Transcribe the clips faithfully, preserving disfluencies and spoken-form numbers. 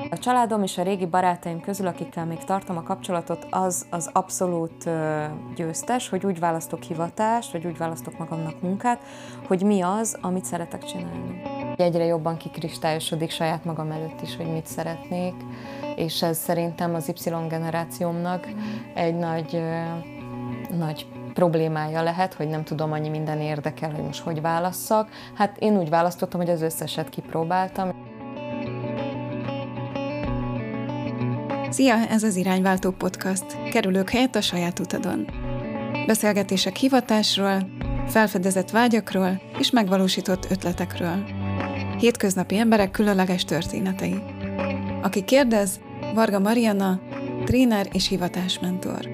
A családom és a régi barátaim közül, akikkel még tartom a kapcsolatot, az az abszolút győztes, hogy úgy választok hivatást, vagy úgy választok magamnak munkát, hogy mi az, amit szeretek csinálni. Egyre jobban kikristályosodik saját magam előtt is, hogy mit szeretnék, és ez szerintem az Y generációmnak egy nagy, nagy problémája lehet, hogy nem tudom, annyi minden érdekel, hogy most hogy válasszak. Hát én úgy választottam, hogy az összeset kipróbáltam. Szia, ez az Irányváltó Podcast. Kerülők helyett a saját utadon. Beszélgetések hivatásról, felfedezett vágyakról és megvalósított ötletekről. Hétköznapi emberek különleges történetei. Aki kérdez, Varga Marianna, tréner és hivatásmentor.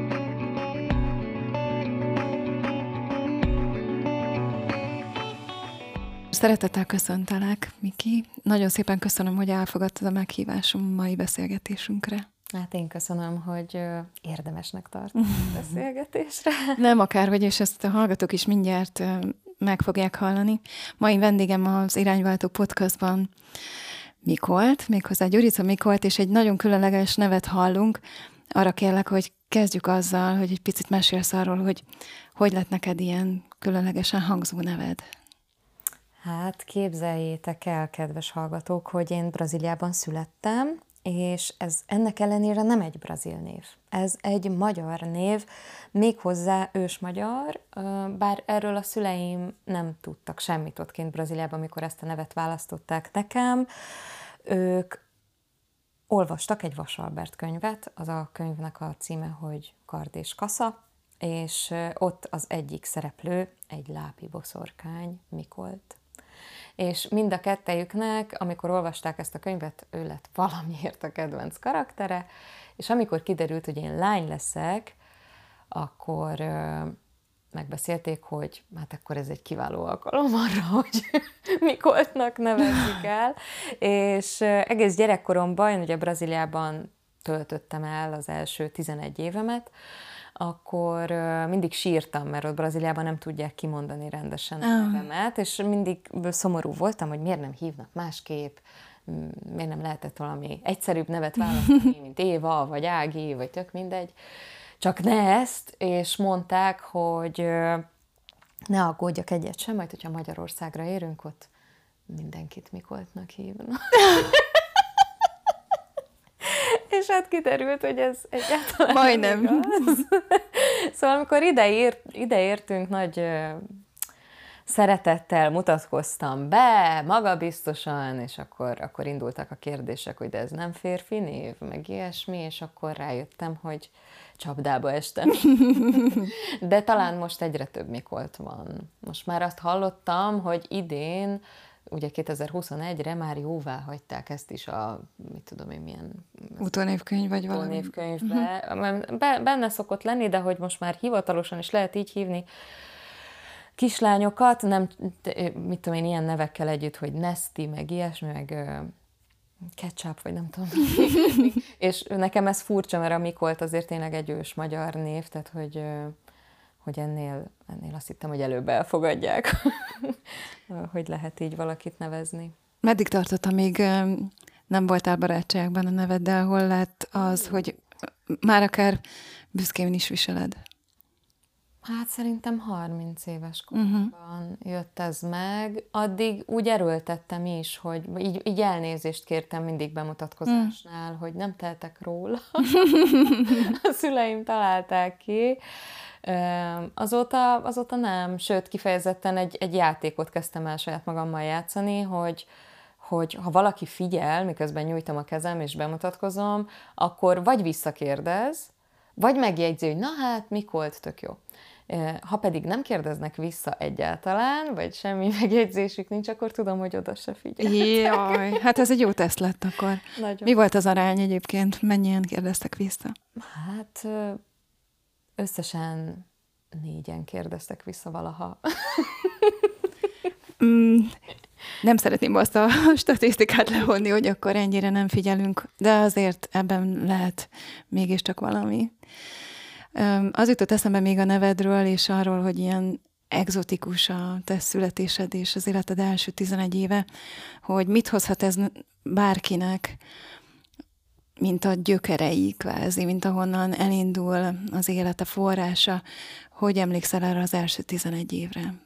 Szeretettel köszöntelek, Miki. Nagyon szépen köszönöm, hogy elfogadtad a meghívásom mai beszélgetésünkre. Hát én köszönöm, hogy érdemesnek tartom a beszélgetésre. Nem akárhogy, és ezt a hallgatók is mindjárt meg fogják hallani. Mai vendégem az Irányváltó Podcastban Mikolt, méghozzá Gyurica Mikolt, és egy nagyon különleges nevet hallunk. Arra kérlek, hogy kezdjük azzal, hogy egy picit mesélsz arról, hogy hogy lett neked ilyen különlegesen hangzó neved. Hát képzeljétek el, kedves hallgatók, hogy én Brazíliában születtem, és ez ennek ellenére nem egy brazil név. Ez egy magyar név, méghozzá ősmagyar, bár erről a szüleim nem tudtak semmit ott kint Brazíliában, amikor ezt a nevet választották nekem. Ők olvastak egy Vasalbert könyvet, az a könyvnek a címe, hogy Kard és kasza, és ott az egyik szereplő egy lápi boszorkány, Mikolt. És mind a kettejüknek, amikor olvasták ezt a könyvet, ő lett valamiért a kedvenc karaktere, és amikor kiderült, hogy én lány leszek, akkor ö, megbeszélték, hogy hát akkor ez egy kiváló alkalom arra, hogy Mikoltnak nevezzük el, és ö, egész gyerekkoromban, én ugye Brazíliában töltöttem el az első tizenegy évemet, akkor uh, mindig sírtam, mert ott Brazíliában nem tudják kimondani rendesen a nevemet, és mindig szomorú voltam, hogy miért nem hívnak másképp, miért nem lehetett valami egyszerűbb nevet választani, mint Éva, vagy Ági, vagy tök mindegy. Csak ne ezt, és mondták, hogy uh, ne aggódjak egyet sem, majd hogyha Magyarországra érünk, ott mindenkit Mikoltnak hívnak. És hát kiderült, hogy ez egyáltalán Majdnem. nem igaz. Szóval amikor ide, ért, ide értünk, nagy ö, szeretettel mutatkoztam be, magabiztosan, és akkor, akkor indultak a kérdések, hogy de ez nem férfi név, meg ilyesmi, és akkor rájöttem, hogy csapdába estem. De talán most egyre több Mikolt van. Most már azt hallottam, hogy idén ugye kétezer-huszonegyre már jóvá hagyták ezt is a, mit tudom én, milyen... Utónévkönyv vagy valami. Utónévkönyvbe. Uh-huh. Benne szokott lenni, de hogy most már hivatalosan is lehet így hívni kislányokat, nem, mit tudom én, ilyen nevekkel együtt, hogy Nesti, meg ilyesmi, meg uh, Ketchup, vagy nem tudom. És nekem ez furcsa, mert a Mikolt azért tényleg egy ős magyar név, tehát hogy... Uh, hogy ennél, ennél azt hittem, hogy előbb elfogadják, hogy lehet így valakit nevezni. Meddig tartott, amíg nem voltál barátságban a neveddel, hol lett az, hogy már akár büszkén is viseled? Hát szerintem harminc éves koromban uh-huh. jött ez meg. Addig úgy erőltettem is, hogy így, így elnézést kértem mindig bemutatkozásnál, uh-huh. hogy nem tehetek róla. A szüleim találták ki. Azóta, azóta nem, sőt kifejezetten egy, egy játékot kezdtem el saját magammal játszani, hogy, hogy ha valaki figyel, miközben nyújtom a kezem és bemutatkozom, akkor vagy visszakérdez, vagy megjegyzi, hogy na hát, Mikolt, tök jó. Ha pedig nem kérdeznek vissza egyáltalán, vagy semmi megjegyzésük nincs, akkor tudom, hogy oda se figyeltek. Jaj, hát ez egy jó teszt lett akkor. Nagyon. Mi volt az arány egyébként? Mennyien kérdeztek vissza? Hát... Összesen négyen kérdeztek vissza valaha. mm, nem szeretném azt a statisztikát levonni, hogy akkor ennyire nem figyelünk, de azért ebben lehet mégiscsak valami. Az jutott eszembe még a nevedről, és arról, hogy ilyen egzotikus a te születésed és az életed első tizenegy éve, hogy mit hozhat ez bárkinek, mint a gyökerei kvázi, mint ahonnan elindul az élete forrása. Hogy emlékszel erre az első tizenegy évre?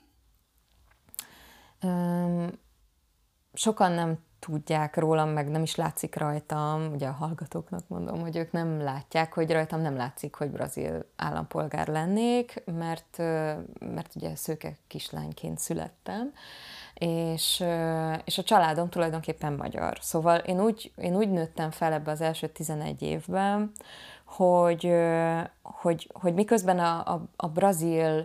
Um, sokan nem tudják rólam, meg nem is látszik rajtam, ugye a hallgatóknak mondom, hogy ők nem látják, hogy rajtam nem látszik, hogy brazil állampolgár lennék, mert, mert ugye szőke kislányként születtem, és, és a családom tulajdonképpen magyar. Szóval én úgy, én úgy nőttem fel ebbe az első tizenegy évben, hogy, hogy, hogy miközben a, a, a brazil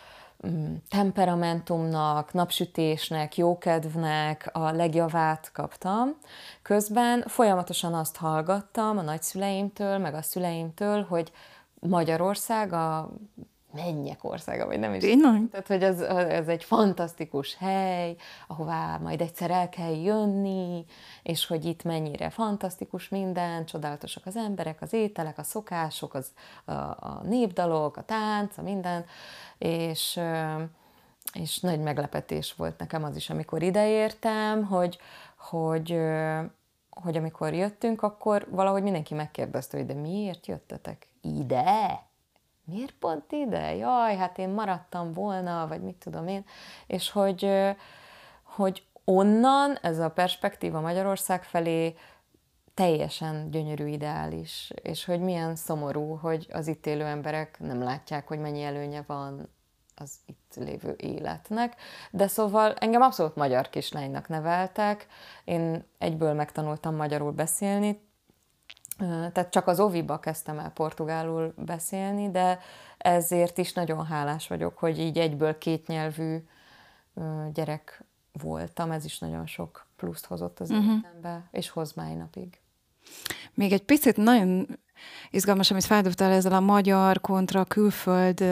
temperamentumnak, napsütésnek, jókedvnek a legjavát kaptam. Közben folyamatosan azt hallgattam a nagyszüleimtől, meg a szüleimtől, hogy Magyarország a mennyek országa, vagy nem is. Én Tehát, hogy ez, ez egy fantasztikus hely, ahová majd egyszer el kell jönni, és hogy itt mennyire fantasztikus minden, csodálatosak az emberek, az ételek, a szokások, az, a, a népdalok, a tánc, a minden, és, és nagy meglepetés volt nekem az is, amikor ideértem, hogy, hogy, hogy amikor jöttünk, akkor valahogy mindenki megkérdezte, hogy de miért jöttetek ide? Miért pont ide? Jaj, hát én maradtam volna, vagy mit tudom én. És hogy, hogy onnan ez a perspektíva Magyarország felé teljesen gyönyörű, ideális, és hogy milyen szomorú, hogy az itt élő emberek nem látják, hogy mennyi előnye van az itt lévő életnek. De szóval engem abszolút magyar kislánynak neveltek, én egyből megtanultam magyarul beszélni, tehát csak az óviba kezdtem el portugálul beszélni, de ezért is nagyon hálás vagyok, hogy így egyből kétnyelvű gyerek voltam, ez is nagyon sok pluszt hozott az uh-huh. életembe, és hoz mai napig. Még egy picit nagyon izgalmas, amit feldobtál ezzel a magyar kontra külföld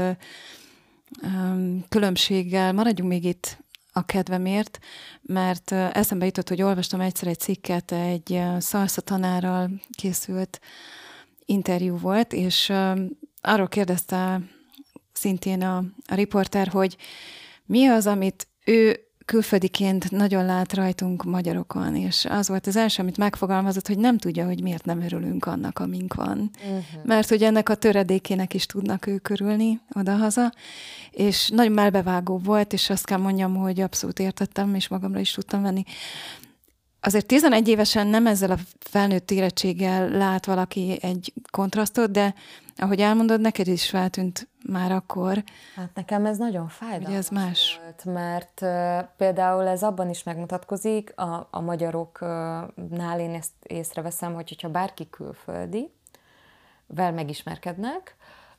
különbséggel. Maradjunk még itt a kedvemért, mert eszembe jutott, hogy olvastam egyszer egy cikket, egy szalsza tanárral készült interjú volt, és arról kérdezte szintén a, a riporter, hogy mi az, amit ő külföldiként nagyon lát rajtunk magyarokon, és az volt az első, amit megfogalmazott, hogy nem tudja, hogy miért nem örülünk annak, amink van. Uh-huh. Mert hogy ennek a töredékének is tudnak ők örülni odahaza, és nagyon melbevágó volt, és azt kell mondjam, hogy abszolút értettem, és magamra is tudtam venni. Azért tizenegy évesen nem ezzel a felnőtt érettséggel lát valaki egy kontrasztot, de ahogy elmondod, neked is feltűnt már akkor. Hát nekem ez nagyon fájdalmas ez más. volt, mert uh, például ez abban is megmutatkozik, a, a magyaroknál én ezt észreveszem, hogy hogyha bárki külföldi, vel megismerkednek,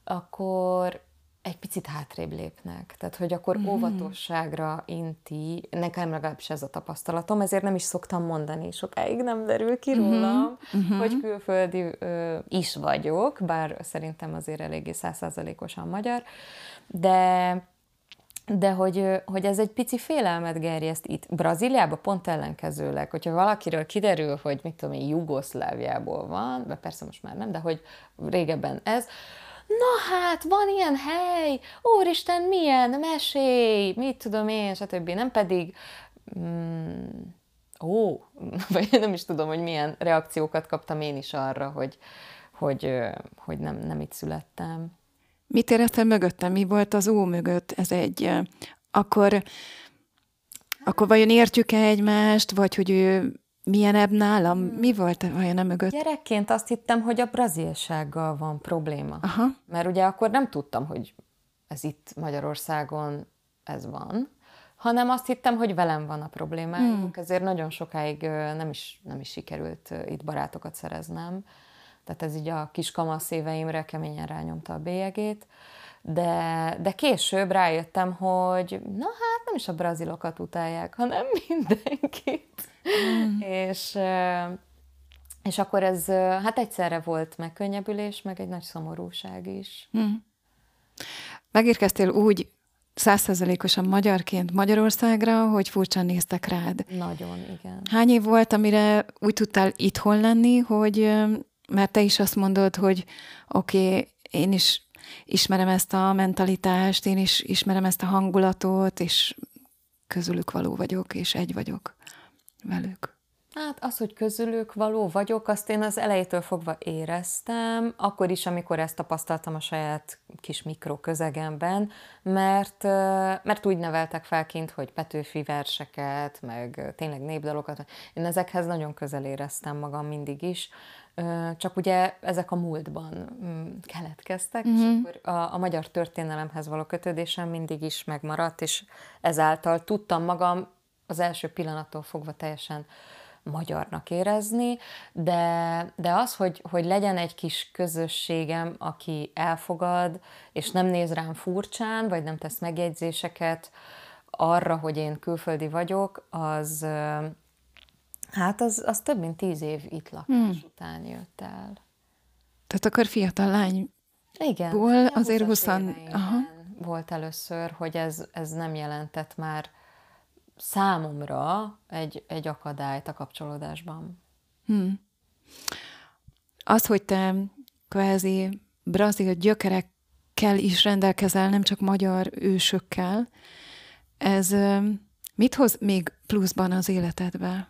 akkor egy picit hátrébb lépnek. Tehát, hogy akkor mm-hmm. óvatosságra inti, nekem legalábbis ez a tapasztalatom, ezért nem is szoktam mondani, sokáig nem derül ki rólam, mm-hmm. hogy külföldi ö, is vagyok, bár szerintem azért eléggé százszázalékosan magyar, de, de hogy, hogy ez egy pici félelmet gerjeszt itt. Brazíliában pont ellenkezőleg, hogyha valakiről kiderül, hogy mit tudom én, Jugoszláviából van, de persze most már nem, de hogy régebben ez, na hát, van ilyen hely, úristen, milyen, mesélj, mit tudom én, stb. Nem pedig, mm, ó, vagy nem is tudom, hogy milyen reakciókat kaptam én is arra, hogy, hogy, hogy nem, nem itt születtem. Mit éreztél mögöttem? Mi volt az ó mögött? Ez egy, akkor, akkor vajon értjük-e egymást, vagy hogy ő milyenebb nálam? Mi volt vajon a mögött? Gyerekként azt hittem, hogy a brazilsággal van probléma. Aha. Mert ugye akkor nem tudtam, hogy ez itt Magyarországon ez van, hanem azt hittem, hogy velem van a problémájuk, hmm. ezért nagyon sokáig nem is, nem is sikerült itt barátokat szereznem. Tehát ez így a kis kamasz éveimre keményen rányomta a bélyegét. De, de később rájöttem, hogy na hát nem is a brazilokat utálják, hanem mindenkit. Mm. És, és akkor ez hát egyszerre volt megkönnyebbülés, meg egy nagy szomorúság is. Mm. Megérkeztél úgy százszerzalékosan magyarként Magyarországra, hogy furcsán néztek rád. Nagyon, igen. Hány év volt, amire úgy tudtál itthon lenni, hogy mert te is azt mondod, hogy oké, okay, én is ismerem ezt a mentalitást, én is ismerem ezt a hangulatot, és közülük való vagyok, és egy vagyok velük. Hát az, hogy közülük való vagyok, azt én az elejétől fogva éreztem, akkor is, amikor ezt tapasztaltam a saját kis mikroközegemben, mert, mert úgy neveltek fel kint, hogy Petőfi verseket, meg tényleg népdalokat. Én ezekhez nagyon közel éreztem magam mindig is, csak ugye ezek a múltban keletkeztek, uh-huh. és akkor a, a magyar történelemhez való kötődésem mindig is megmaradt, és ezáltal tudtam magam az első pillanattól fogva teljesen magyarnak érezni, de, de az, hogy, hogy legyen egy kis közösségem, aki elfogad, és nem néz rám furcsán, vagy nem tesz megjegyzéseket arra, hogy én külföldi vagyok, az, hát az, az több mint tíz év itt lakás hmm. után jött el. Tehát akkor fiatal lány. Igen. Ból azért huszon... volt először, hogy ez, ez nem jelentett már számomra egy, egy akadályt a kapcsolódásban. Hmm. Az, hogy te kvázi brazil gyökerekkel is rendelkezel, nem csak magyar ősökkel, ez mit hoz még pluszban az életedbe?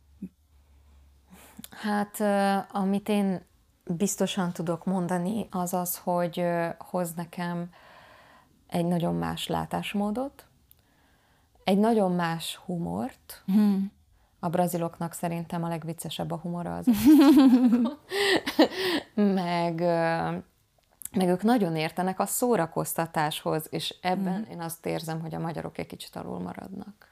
Hát, amit én biztosan tudok mondani, az az, hogy hoz nekem egy nagyon más látásmódot, egy nagyon más humort. Hmm. A braziloknak szerintem a legviccesebb a humora az. meg, meg ők nagyon értenek a szórakoztatáshoz, és ebben hmm. én azt érzem, hogy a magyarok egy kicsit alul maradnak.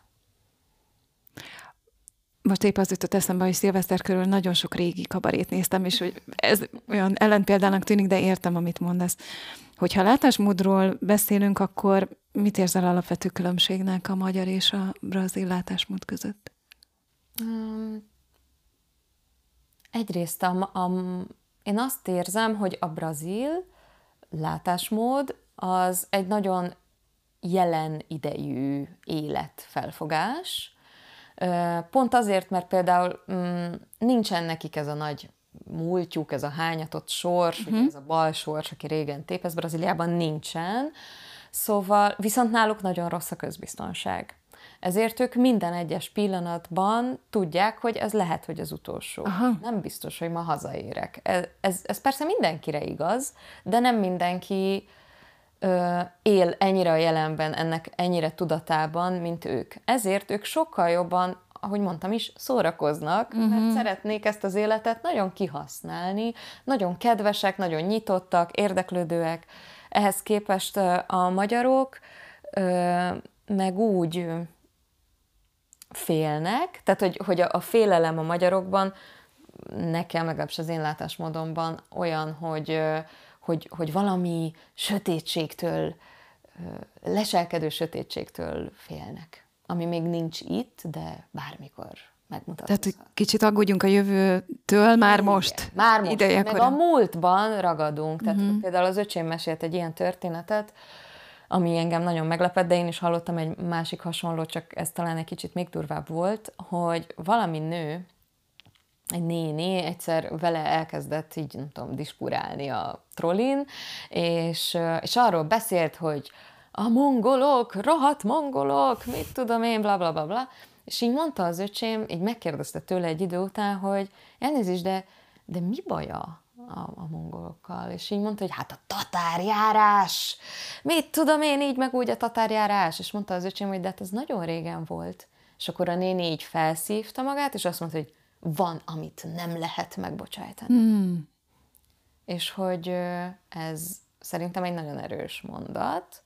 Most épp az jutott eszembe, hogy szilveszter körül nagyon sok régi kabarét néztem, és hogy ez olyan ellenpéldának tűnik, de értem, amit mondasz. Hogyha látásmódról beszélünk, akkor mit érzel alapvető különbségnek a magyar és a brazil látásmód között? Um, egyrészt a, a, én azt érzem, hogy a brazil látásmód az egy nagyon jelen idejű életfelfogás. Pont azért, mert például mm, nincsen nekik ez a nagy múltjuk, ez a hányatott sors, uh-huh. ugye ez a bal sors, aki régen tépesz, Brazíliában nincsen, szóval viszont náluk nagyon rossz a közbiztonság. Ezért ők minden egyes pillanatban tudják, hogy ez lehet, hogy az utolsó. Aha. Nem biztos, hogy ma hazaérek. Ez, ez, ez persze mindenkire igaz, de nem mindenki ö, él ennyire a jelenben, ennek ennyire tudatában, mint ők. Ezért ők sokkal jobban, ahogy mondtam is, szórakoznak, uh-huh. mert szeretnék ezt az életet nagyon kihasználni, nagyon kedvesek, nagyon nyitottak, érdeklődőek. Ehhez képest a magyarok ö, meg úgy félnek, tehát hogy, hogy a, a félelem a magyarokban, nekem legalábbis az én látásmódomban olyan, hogy, hogy, hogy valami sötétségtől, leselkedő sötétségtől félnek, ami még nincs itt, de bármikor megmutatkozhat. Tehát, hogy kicsit aggódjunk a jövőtől már igen, most. Már most, idejekor. Meg a múltban ragadunk. Tehát uh-huh. például az öcsém mesélt egy ilyen történetet, ami engem nagyon meglepett, de én is hallottam egy másik hasonló, csak ez talán egy kicsit még durvább volt, hogy valami nő, egy néni egyszer vele elkezdett így, nem tudom, diskurálni a trollin, és, és arról beszélt, hogy a mongolok, rohadt mongolok, mit tudom én, bla bla bla bla, és így mondta az öcsém, így megkérdezte tőle egy idő után, hogy elnézést, de, de mi baja a, a mongolokkal? És így mondta, hogy hát a tatárjárás, mit tudom én, így meg úgy a tatárjárás, és mondta az öcsém, hogy de hát ez nagyon régen volt. És akkor a néni így felszívta magát, és azt mondta, hogy van, amit nem lehet megbocsájtani. Mm. És hogy ez szerintem egy nagyon erős mondat,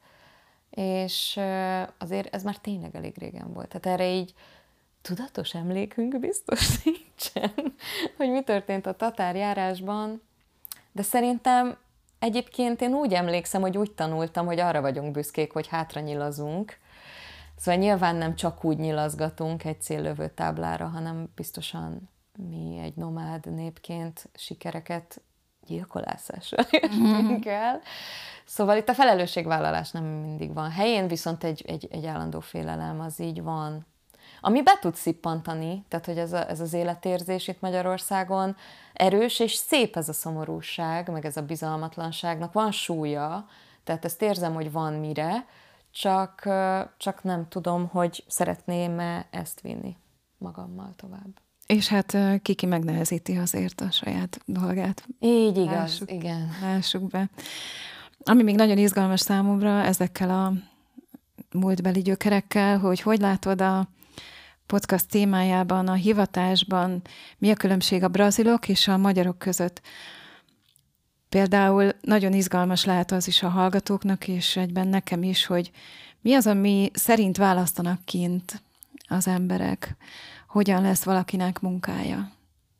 és azért ez már tényleg elég régen volt. Tehát erre így tudatos emlékünk biztos nincsen, hogy mi történt a tatárjárásban, de szerintem egyébként én úgy emlékszem, hogy úgy tanultam, hogy arra vagyunk büszkék, hogy hátra nyilazunk. Szóval nyilván nem csak úgy nyilazgatunk egy céllövő táblára, hanem biztosan mi egy nomád népként sikereket gyilkolászással értünk el. Szóval itt a felelősségvállalás nem mindig van helyén, viszont egy, egy, egy állandó félelem az így van. Ami be tud szippantani, tehát hogy ez, a, ez az életérzés itt Magyarországon erős, és szép ez a szomorúság, meg ez a bizalmatlanságnak van súlya, tehát ezt érzem, hogy van mire, csak, csak nem tudom, hogy szeretném-e ezt vinni magammal tovább. És hát Kiki megnehezíti azért a saját dolgát. Így igaz, lássuk, igen. Lássuk be. Ami még nagyon izgalmas számomra ezekkel a múltbeli gyökerekkel, hogy hogy látod a podcast témájában, a hivatásban, mi a különbség a brazilok és a magyarok között. Például nagyon izgalmas lehet az is a hallgatóknak, és egyben nekem is, hogy mi az, ami szerint választanak kint az emberek, hogyan lesz valakinek munkája.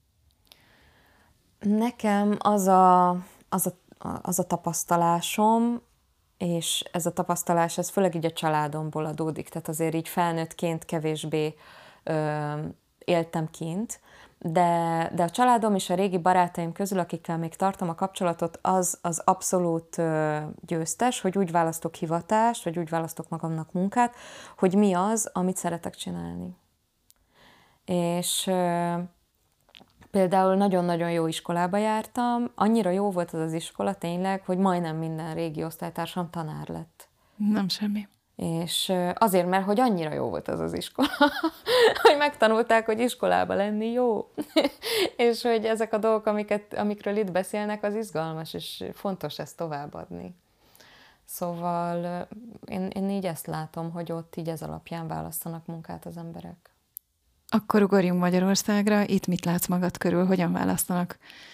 Nekem az a, az a, az a tapasztalásom, és ez a tapasztalás, ez főleg így a családomból adódik, tehát azért így felnőttként kevésbé ö, éltem kint, de, de a családom és a régi barátaim közül, akikkel még tartom a kapcsolatot, az, az abszolút ö, győztes, hogy úgy választok hivatást, vagy úgy választok magamnak munkát, hogy mi az, amit szeretek csinálni. És ö, például nagyon-nagyon jó iskolába jártam, annyira jó volt az az iskola tényleg, hogy majdnem minden régi osztálytársam tanár lett. Nem semmi. És azért, mert hogy annyira jó volt az az iskola, hogy megtanulták, hogy iskolába lenni jó. És hogy ezek a dolgok, amiket, amikről itt beszélnek, az izgalmas, és fontos ezt továbbadni. Szóval én, én így ezt látom, hogy ott így ez alapján választanak munkát az emberek. Akkor ugorjunk Magyarországra, itt mit látsz magad körül, hogyan választanak?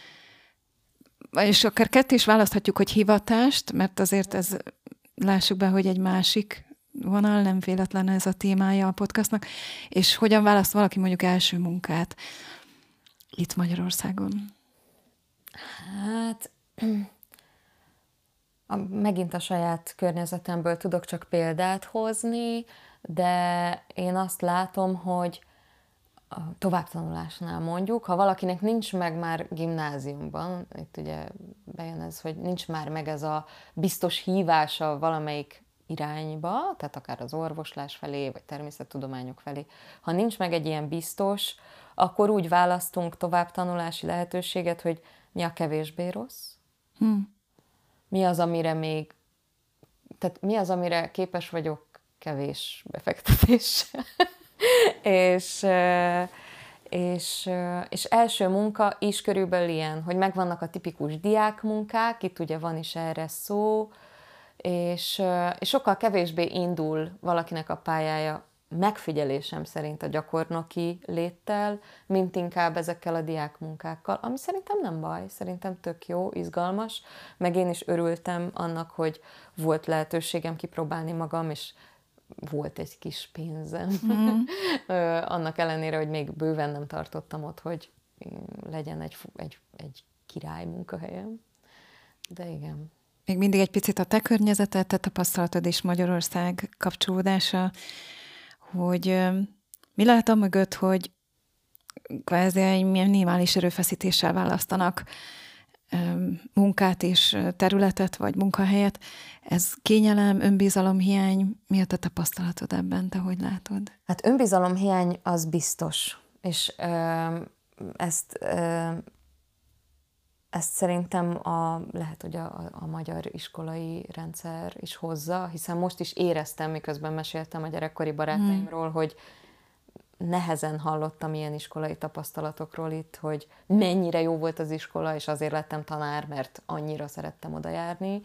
És akár ketté is választhatjuk, hogy hivatást, mert azért ez, lássuk be, hogy egy másik vonal, nem véletlen ez a témája a podcastnak, és hogyan választ valaki mondjuk első munkát itt Magyarországon? Hát, a, megint a saját környezetemből tudok csak példát hozni, de én azt látom, hogy a továbbtanulásnál mondjuk, ha valakinek nincs meg már gimnáziumban, itt ugye bejön ez, hogy nincs már meg ez a biztos hívása valamelyik irányba, tehát akár az orvoslás felé, vagy természettudományok felé, ha nincs meg egy ilyen biztos, akkor úgy választunk továbbtanulási lehetőséget, hogy mi a kevésbé rossz, hmm. mi az, amire még, tehát mi az, amire képes vagyok kevés befektetéssel. és, és, és első munka is körülbelül ilyen, hogy megvannak a tipikus diákmunkák, itt ugye van is erre szó, és, és sokkal kevésbé indul valakinek a pályája megfigyelésem szerint a gyakornoki léttel, mint inkább ezekkel a diákmunkákkal, ami szerintem nem baj, szerintem tök jó, izgalmas, meg én is örültem annak, hogy volt lehetőségem kipróbálni magam, és volt egy kis pénzem. Mm. Annak ellenére, hogy még bőven nem tartottam ott, hogy legyen egy, egy, egy király munkahelyem. De igen. Még mindig egy picit a te környezeted, te tapasztalatod és Magyarország kapcsolódása, hogy mi lehet a mögött, hogy kvázi egy minimális erőfeszítéssel választanak munkát és területet, vagy munkahelyet. Ez kényelem, önbizalomhiány, mi a te tapasztalatod ebben, te hogy látod? Hát önbizalomhiány az biztos, és ö, ezt, ö, ezt szerintem a, lehet, hogy a, a magyar iskolai rendszer is hozza, hiszen most is éreztem, miközben meséltem a gyerekkori barátaimról, hmm. hogy nehezen hallottam ilyen iskolai tapasztalatokról itt, hogy mennyire jó volt az iskola, és azért lettem tanár, mert annyira szerettem oda járni.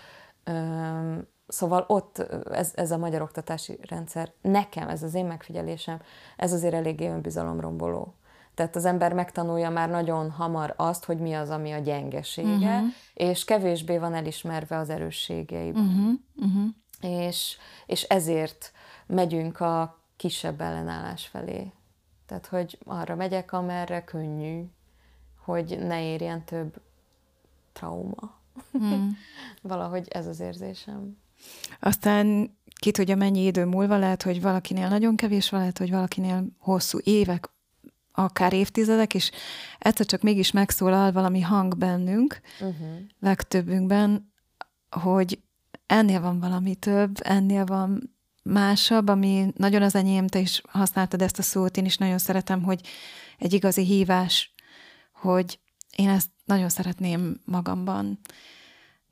Szóval ott ez, ez a magyar oktatási rendszer, nekem, ez az én megfigyelésem, ez azért eléggé önbizalomromboló. Tehát az ember megtanulja már nagyon hamar azt, hogy mi az, ami a gyengesége, uh-huh. és kevésbé van elismerve az erősségeiben. Uh-huh. Uh-huh. És, és ezért megyünk a kisebb ellenállás felé. Tehát, hogy arra megyek, amerre könnyű, hogy ne érjen több trauma. Mm. Valahogy ez az érzésem. Aztán ki tudja, mennyi idő múlva lehet, hogy valakinél nagyon kevés, lehet, hogy valakinél hosszú évek, akár évtizedek, és egyszer csak mégis megszólal valami hang bennünk, uh-huh. legtöbbünkben, hogy ennél van valami több, ennél van másabb, ami nagyon az enyém, te is használtad ezt a szót, én is nagyon szeretem, hogy egy igazi hívás, hogy én ezt nagyon szeretném magamban.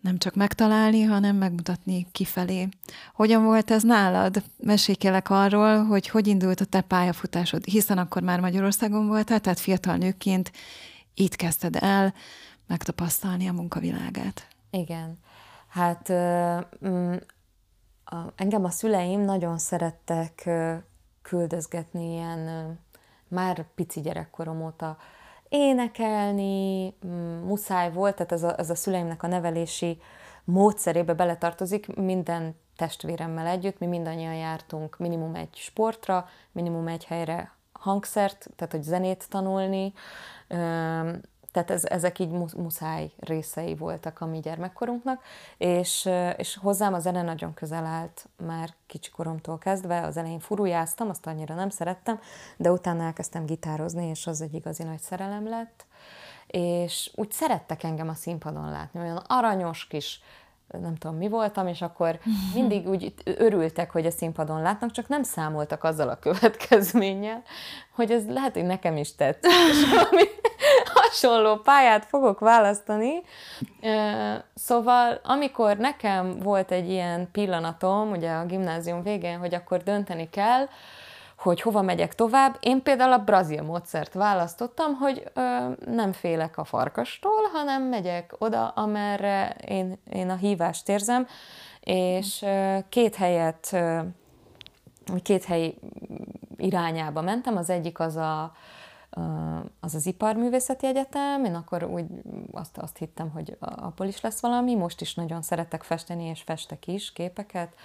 nem csak megtalálni, hanem megmutatni kifelé. Hogyan volt ez nálad? Mesélj kérlek arról, hogy hogy indult a te pályafutásod, hiszen akkor már Magyarországon voltál, tehát fiatal nőként itt kezdted el megtapasztalni a munkavilágát. Igen. Hát mm, a, engem a szüleim nagyon szerettek küldözgetni ilyen már pici gyerekkorom óta énekelni, muszáj volt, tehát ez a, ez a szüleimnek a nevelési módszerébe beletartozik, minden testvéremmel együtt, mi mindannyian jártunk minimum egy sportra, minimum egy helyre hangszert, tehát hogy zenét tanulni, tehát ez, ezek így muszáj részei voltak a mi gyermekkorunknak, és, és hozzám a zene nagyon közel állt már kicsikoromtól kezdve, az elején furujáztam, azt annyira nem szerettem, de utána elkezdtem gitározni, és az egy igazi nagy szerelem lett, és úgy szerettek engem a színpadon látni, olyan aranyos kis, nem tudom mi voltam, és akkor mindig úgy örültek, hogy a színpadon látnak, csak nem számoltak azzal a következménnyel, hogy ez lehet, hogy nekem is tetszik, és valami hasonló pályát fogok választani. Szóval, amikor nekem volt egy ilyen pillanatom, ugye a gimnázium végén, hogy akkor dönteni kell, hogy hova megyek tovább, én például a brazil módszert választottam, hogy ö, nem félek a farkastól, hanem megyek oda, amerre én, én a hívást érzem, és ö, két helyet, ö, két hely irányába mentem, az egyik az a az az Iparművészeti Egyetem, én akkor úgy azt, azt hittem, hogy abból is lesz valami, most is nagyon szeretek festeni, és festek is képeket,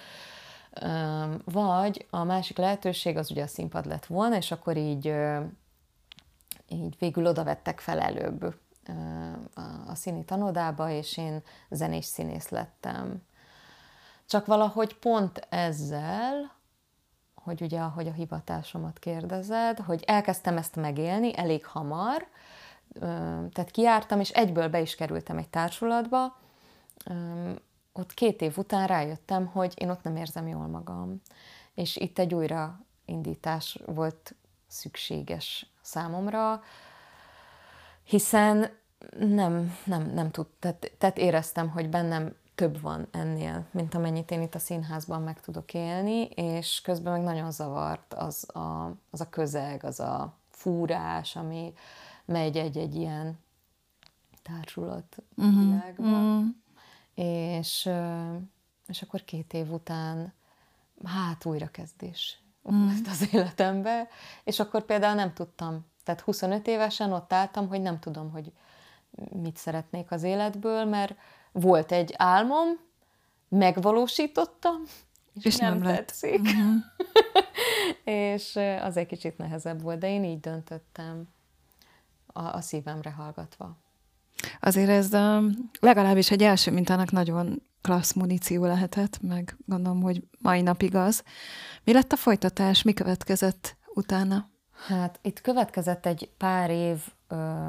vagy a másik lehetőség az ugye a színpad lett volna, és akkor így, így végül oda vettek fel előbb a színi tanodába, és én zenés színész lettem. Csak valahogy pont ezzel, hogy ugye, ahogy a hivatásomat kérdezed, hogy elkezdtem ezt megélni elég hamar, tehát kijártam, és egyből be is kerültem egy társulatba, ott két év után rájöttem, hogy én ott nem érzem jól magam. És itt egy újraindítás volt szükséges számomra, hiszen nem, nem, nem tud, tehát, tehát éreztem, hogy bennem több van ennél, mint amennyit én itt a színházban meg tudok élni, és közben meg nagyon zavart az a, az a közeg, az a fúrás, ami megy egy-egy ilyen társulat uh-huh. világba. Uh-huh. És, és akkor két év után hát újrakezdés uh-huh. volt az életembe, és akkor például nem tudtam, tehát huszonöt évesen ott álltam, hogy nem tudom, hogy mit szeretnék az életből, mert volt egy álmom, megvalósítottam, és, és nem, nem tetszik. Uh-huh. És az egy kicsit nehezebb volt, de én így döntöttem, a, a szívemre hallgatva. Azért ez a, legalábbis egy első mintának nagyon klassz muníció lehetett, meg gondolom, hogy mai napig az. Mi lett a folytatás? Mi következett utána? Hát itt következett egy pár év ö,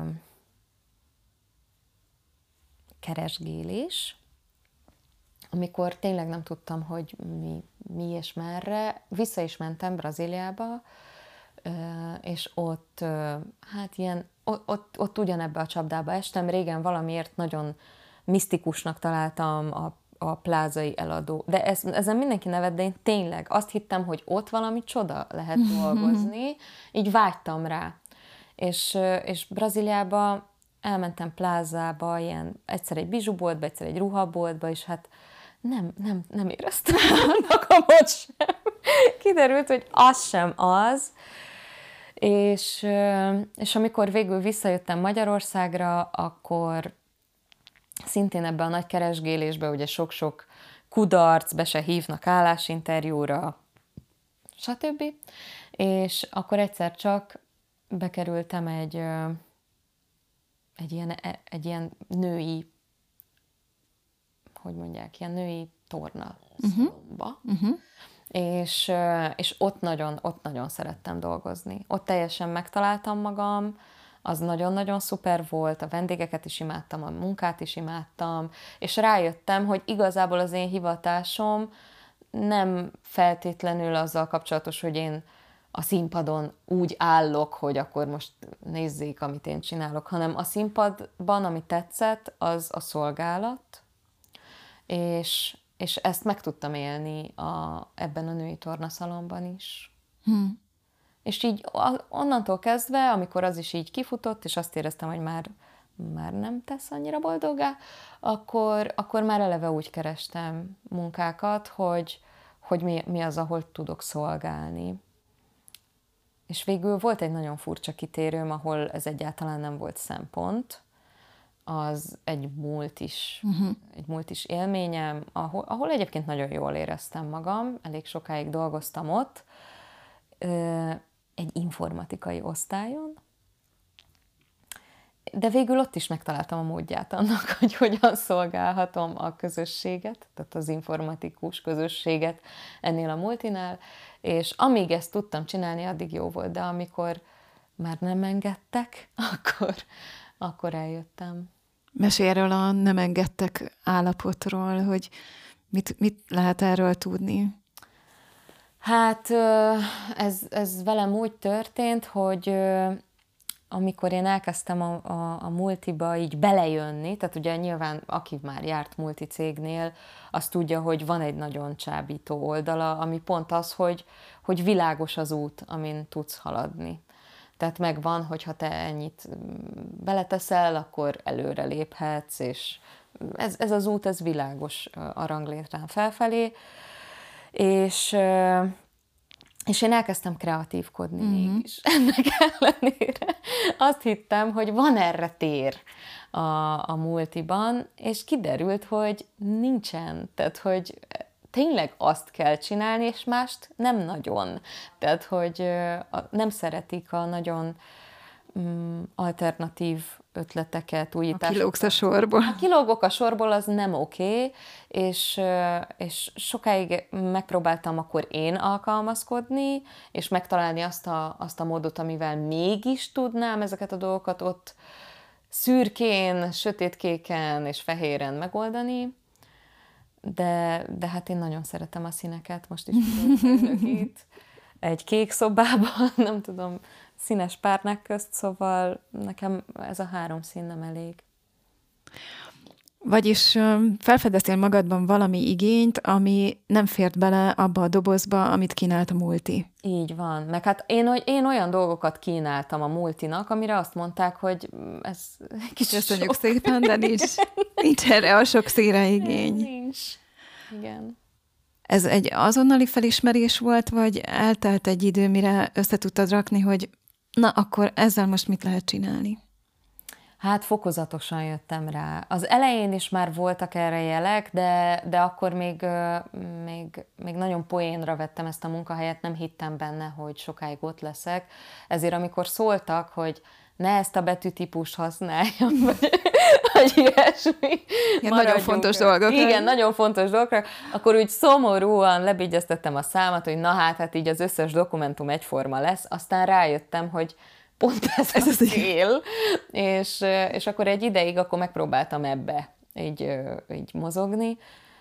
keresgélés, amikor tényleg nem tudtam, hogy mi, mi és merre. Vissza is mentem Brazíliába, és ott, hát ilyen, ott, ott ugyanebbe a csapdába estem. Régen valamiért nagyon misztikusnak találtam a, a plázai eladó. De ez, ezen mindenki nevet, de én tényleg azt hittem, hogy ott valami csoda lehet dolgozni. Így vágytam rá. És, és Brazíliába elmentem plázába, ilyen, egyszer egy bizsuboltba, egyszer egy ruhaboltba, és hát nem, nem, nem éreztem magamot sem. Kiderült, hogy az sem az. És, és amikor végül visszajöttem Magyarországra, akkor szintén ebbe a nagy keresgélésbe, ugye sok-sok kudarc, be se hívnak állásinterjúra, stb. És akkor egyszer csak bekerültem egy, egy, ilyen, egy ilyen női, hogy mondják, ilyen női torna szalomba. Uh-huh. Uh-huh. És, és ott, nagyon, ott nagyon szerettem dolgozni. Ott teljesen megtaláltam magam, az nagyon-nagyon szuper volt, a vendégeket is imádtam, a munkát is imádtam, és rájöttem, hogy igazából az én hivatásom nem feltétlenül azzal kapcsolatos, hogy én a színpadon úgy állok, hogy akkor most nézzék, amit én csinálok, hanem a színpadban, ami tetszett, az a szolgálat, és, és ezt meg tudtam élni a, ebben a női tornaszalomban is. Hmm. És így onnantól kezdve, amikor az is így kifutott, és azt éreztem, hogy már, már nem tesz annyira boldoggá, akkor, akkor már eleve úgy kerestem munkákat, hogy, hogy mi, mi az, ahol tudok szolgálni. És végül volt egy nagyon furcsa kitérőm, ahol ez egyáltalán nem volt szempont, az egy múlt is, uh-huh. egy múlt is élményem, ahol, ahol egyébként nagyon jól éreztem magam, elég sokáig dolgoztam ott, egy informatikai osztályon, de végül ott is megtaláltam a módját annak, hogy hogyan szolgálhatom a közösséget, tehát az informatikus közösséget ennél a multinál, és amíg ezt tudtam csinálni, addig jó volt, de amikor már nem engedtek, akkor, akkor eljöttem. Mesélj erről a nem engedtek állapotról, hogy mit, mit lehet erről tudni? Hát ez, ez velem úgy történt, hogy amikor én elkezdtem a, a, a multiba így belejönni, tehát ugye nyilván aki már járt multi cégnél, az tudja, hogy van egy nagyon csábító oldala, ami pont az, hogy, hogy világos az út, amin tudsz haladni. Tehát megvan, hogyha te ennyit beleteszel, akkor előre léphetsz, és ez, ez az út, ez világos a ranglétrán felfelé, és... És én elkezdtem kreatívkodni mm-hmm. mégis. Ennek ellenére azt hittem, hogy van erre tér a, a multiban, és kiderült, hogy nincsen. Tehát, hogy tényleg azt kell csinálni, és mást nem nagyon. Tehát, hogy nem szeretik a nagyon mm, alternatív ötleteket, újításokat. A kilógsz a sorból. Ha kilógok a sorból, az nem oké, okay, és, és sokáig megpróbáltam akkor én alkalmazkodni, és megtalálni azt a, azt a módot, amivel mégis tudnám ezeket a dolgokat ott szürkén, sötétkéken és fehéren megoldani, de, de hát én nagyon szeretem a színeket, most is ülök itt egy kék szobában, nem tudom, színes párnák közt, szóval nekem ez a három szín nem elég. Vagyis felfedeztél magadban valami igényt, ami nem fért bele abba a dobozba, amit kínált a multi. Így van. Meg hát én, én olyan dolgokat kínáltam a multinak, amire azt mondták, hogy ez kicsit Köszönjük szépen, de nincs, nincs erre a sok szíre igény. Nincs. Igen. Ez egy azonnali felismerés volt, vagy eltelt egy idő, mire össze tudtad rakni, hogy na, akkor ezzel most mit lehet csinálni? Hát fokozatosan jöttem rá. Az elején is már voltak erre jelek, de, de akkor még, még, még nagyon poénra vettem ezt a munkahelyet, nem hittem benne, hogy sokáig ott leszek. Ezért amikor szóltak, hogy ne ezt a betűtípust használjam, vagy, vagy ilyesmi. Igen, nagyon fontos dolgok. Igen, nagyon fontos dolgokra. Akkor úgy szomorúan lebigyeztettem a számat, hogy na hát, hát így az összes dokumentum egyforma lesz. Aztán rájöttem, hogy pont ez, ez a cél, és, és akkor egy ideig akkor megpróbáltam ebbe így, így mozogni,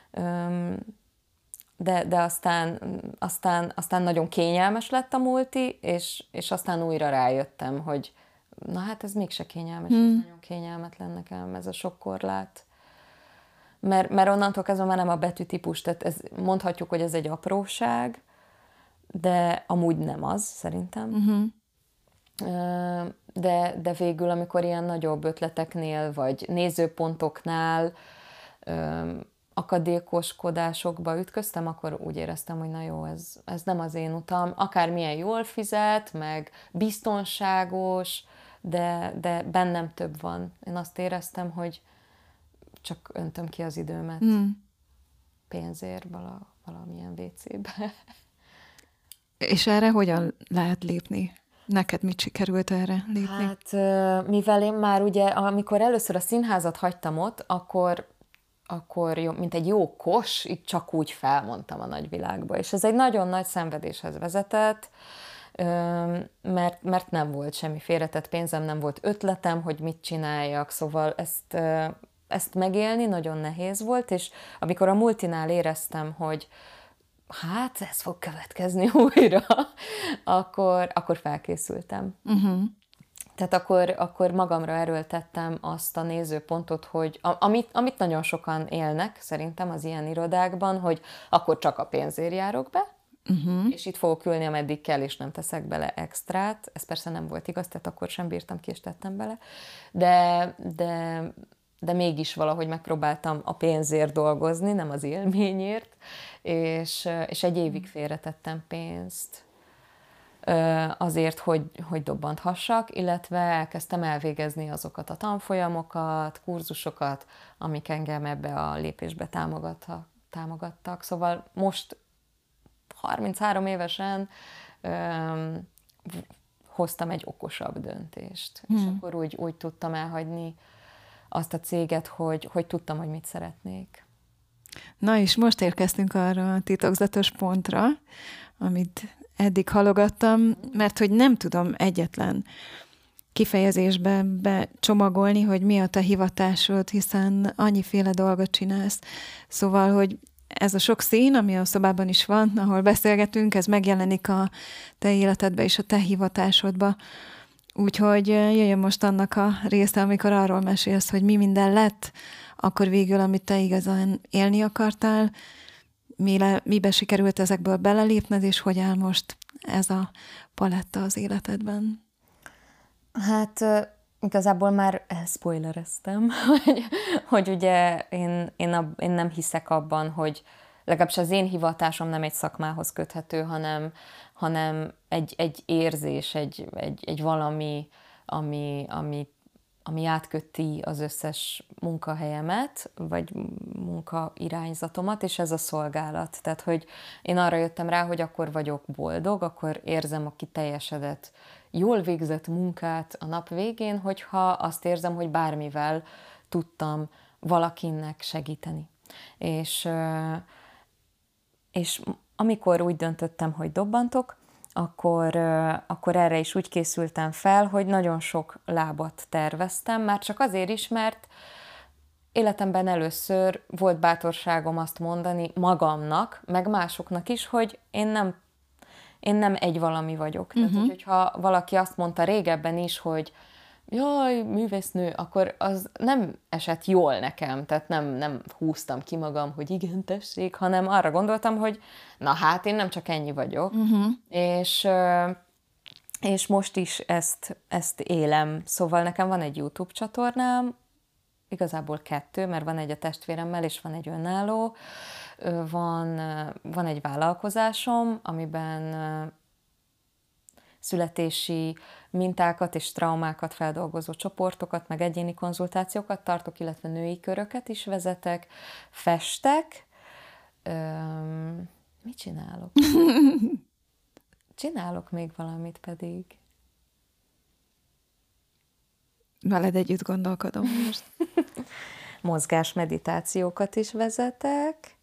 de, de aztán, aztán, aztán nagyon kényelmes lett a multi, és, és aztán újra rájöttem, hogy na hát ez mégse kényelmes, hmm. ez nagyon kényelmetlen nekem, ez a sok korlát. Mert, mert onnantól kezdve már nem a betűtípus, tehát ez, mondhatjuk, hogy ez egy apróság, de amúgy nem az, szerintem. Uh-huh. De, de végül, amikor ilyen nagyobb ötleteknél, vagy nézőpontoknál, akadékoskodásokba ütköztem, akkor úgy éreztem, hogy na jó, ez, ez nem az én utam. Akármilyen jól fizet, meg biztonságos, de, de bennem több van. Én azt éreztem, hogy csak öntöm ki az időmet mm. pénzért vala, valamilyen vécébe. És erre hogyan lehet lépni? Neked mit sikerült erre lépni? Hát, mivel én már ugye, amikor először a színházat hagytam ott, akkor, akkor jó, mint egy jó kos, itt csak úgy felmondtam a nagyvilágba. És ez egy nagyon nagy szenvedéshez vezetett, mert, mert nem volt semmi félretett pénzem, nem volt ötletem, hogy mit csináljak, szóval ezt, ezt megélni nagyon nehéz volt, és amikor a multinál éreztem, hogy hát ez fog következni újra, akkor, akkor felkészültem. Uh-huh. Tehát akkor, akkor magamra erőltettem azt a nézőpontot, hogy amit, amit nagyon sokan élnek szerintem az ilyen irodákban, hogy akkor csak a pénzért járok be, uh-huh. és itt fogok ülni, ameddig kell, és nem teszek bele extrát. Ez persze nem volt igaz, tehát akkor sem bírtam ki, és tettem bele. De, de, de mégis valahogy megpróbáltam a pénzért dolgozni, nem az élményért, és, és egy évig félretettem pénzt azért, hogy, hogy dobbanthassak, illetve elkezdtem elvégezni azokat a tanfolyamokat, kurzusokat, amik engem ebbe a lépésbe támogattak. Szóval most harminchárom évesen öm, hoztam egy okosabb döntést, hmm. és akkor úgy, úgy tudtam elhagyni azt a céget, hogy, hogy tudtam, hogy mit szeretnék. Na és most érkeztünk arra a titokzatos pontra, amit eddig halogattam, mert hogy nem tudom egyetlen kifejezésbe becsomagolni, hogy mi a te hivatásod, hiszen annyiféle dolgot csinálsz. Szóval, hogy ez a sok szín, ami a szobában is van, ahol beszélgetünk, ez megjelenik a te életedbe és a te hivatásodba. Úgyhogy jöjjön most annak a része, amikor arról mesélsz, hogy mi minden lett, akkor végül, amit te igazán élni akartál, mibe sikerült ezekből belelépned, és hogy áll most ez a paletta az életedben? Hát igazából már elspoilereztem, hogy, hogy ugye én, én, a, én nem hiszek abban, hogy legalábbis az én hivatásom nem egy szakmához köthető, hanem, hanem egy, egy érzés, egy, egy, egy valami, ami, ami, ami átköti az összes munkahelyemet, vagy munkairányzatomat, és ez a szolgálat. Tehát, hogy én arra jöttem rá, hogy akkor vagyok boldog, akkor érzem a kiteljesedett, jól végzett munkát a nap végén, hogyha azt érzem, hogy bármivel tudtam valakinek segíteni. És, és amikor úgy döntöttem, hogy dobbantok, Akkor, akkor erre is úgy készültem fel, hogy nagyon sok lábat terveztem, már csak azért is, mert életemben először volt bátorságom azt mondani magamnak, meg másoknak is, hogy én nem, én nem egy valami vagyok. Uh-huh. Tehát, hogyha valaki azt mondta régebben is, hogy jaj, művésznő, akkor az nem esett jól nekem, tehát nem, nem húztam ki magam, hogy igen, tessék, hanem arra gondoltam, hogy na hát, én nem csak ennyi vagyok, uh-huh. és, és most is ezt, ezt élem. Szóval nekem van egy YouTube csatornám, igazából kettő, mert van egy a testvéremmel, és van egy önálló, van, van egy vállalkozásom, amiben születési mintákat és traumákat feldolgozó csoportokat, meg egyéni konzultációkat tartok, illetve női köröket is vezetek, festek. Öm, mit csinálok? Csinálok még valamit pedig. Veled együtt gondolkodom most. Mozgás meditációkat is vezetek.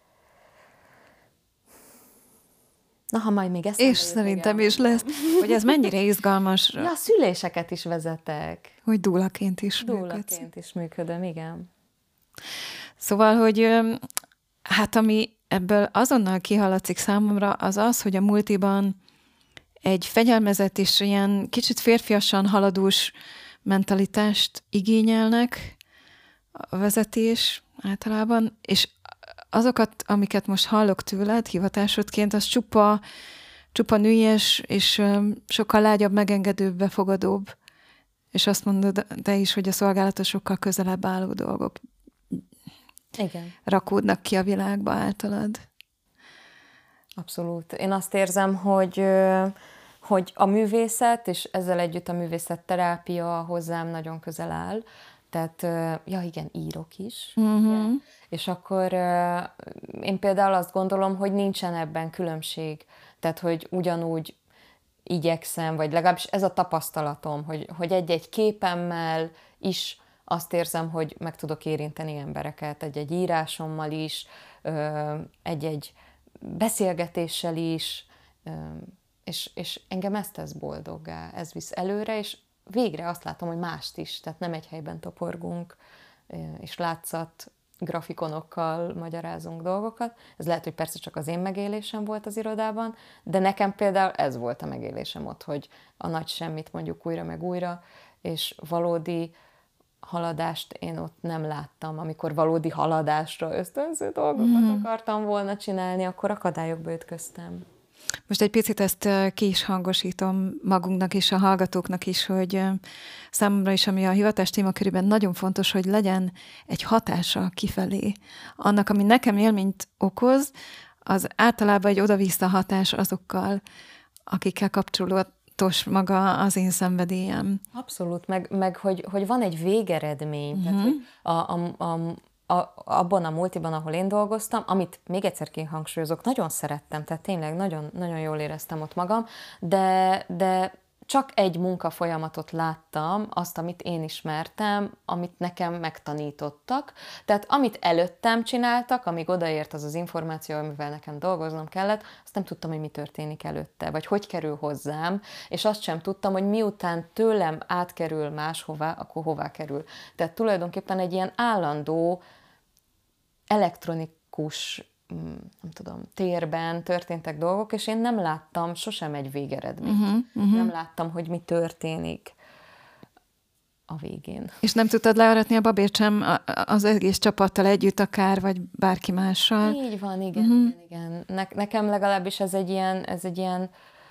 Na, ha majd még eszembe És szerintem is lesz, hogy ez mennyire izgalmas. Ja, a szüléseket is vezetek. Hogy dúlaként is működsz. Dúlaként is működöm, igen. Szóval, hogy hát ami ebből azonnal kihallatszik számomra, az az, hogy a multiban egy fegyelmezett és ilyen kicsit férfiasan haladós mentalitást igényelnek a vezetés általában, és azokat, amiket most hallok tőled hivatásodként, az csupa, csupa nőies, és sokkal lágyabb, megengedőbb, befogadóbb. És azt mondod te is, hogy a szolgálatos sokkal közelebb álló dolgok Igen. rakódnak ki a világba általad. Abszolút. Én azt érzem, hogy, hogy a művészet, és ezzel együtt a művészetterápia hozzám nagyon közel áll. Tehát, ja igen, írok is. Uh-huh. És akkor én például azt gondolom, hogy nincsen ebben különbség. Tehát, hogy ugyanúgy igyekszem, vagy legalábbis ez a tapasztalatom, hogy, hogy egy-egy képemmel is azt érzem, hogy meg tudok érinteni embereket, egy-egy írásommal is, egy-egy beszélgetéssel is, és, és engem ezt tesz boldoggá, ez visz előre, és végre azt látom, hogy mást is, tehát nem egy helyben toporgunk, és látszat grafikonokkal magyarázunk dolgokat. Ez lehet, hogy persze csak az én megélésem volt az irodában, de nekem például ez volt a megélésem ott, hogy a nagy semmit mondjuk újra meg újra, és valódi haladást én ott nem láttam. Amikor valódi haladásra ösztönző dolgokat mm. akartam volna csinálni, akkor akadályokba ütköztem. Most egy picit ezt ki is hangosítom magunknak és a hallgatóknak is, hogy számomra is, ami a hivatás témakörében nagyon fontos, hogy legyen egy hatása kifelé. Annak, ami nekem élményt okoz, az általában egy oda-vissza hatás azokkal, akikkel kapcsolatos maga az én szenvedélyem. Abszolút, meg, meg hogy, hogy van egy végeredmény. Uh-huh. Tehát, hogy a, a, a A, abban a multiban, ahol én dolgoztam, amit még egyszer kihangsúlyozok, nagyon szerettem, tehát tényleg nagyon, nagyon jól éreztem ott magam, de, de csak egy munkafolyamatot láttam, azt, amit én ismertem, amit nekem megtanítottak. Tehát amit előttem csináltak, amíg odaért az az információ, amivel nekem dolgoznom kellett, azt nem tudtam, hogy mi történik előtte, vagy hogy kerül hozzám, és azt sem tudtam, hogy miután tőlem átkerül máshová, akkor hová kerül. Tehát tulajdonképpen egy ilyen állandó elektronikus, nem tudom, térben történtek dolgok, és én nem láttam sosem egy végeredményt. Uh-huh, uh-huh. Nem láttam, hogy mi történik a végén. És nem tudtad learatni a babért sem az egész csapattal együtt akár, vagy bárki mással? Így van, igen, uh-huh. igen, igen. Ne- nekem legalábbis ez egy ilyen, ez egy ilyen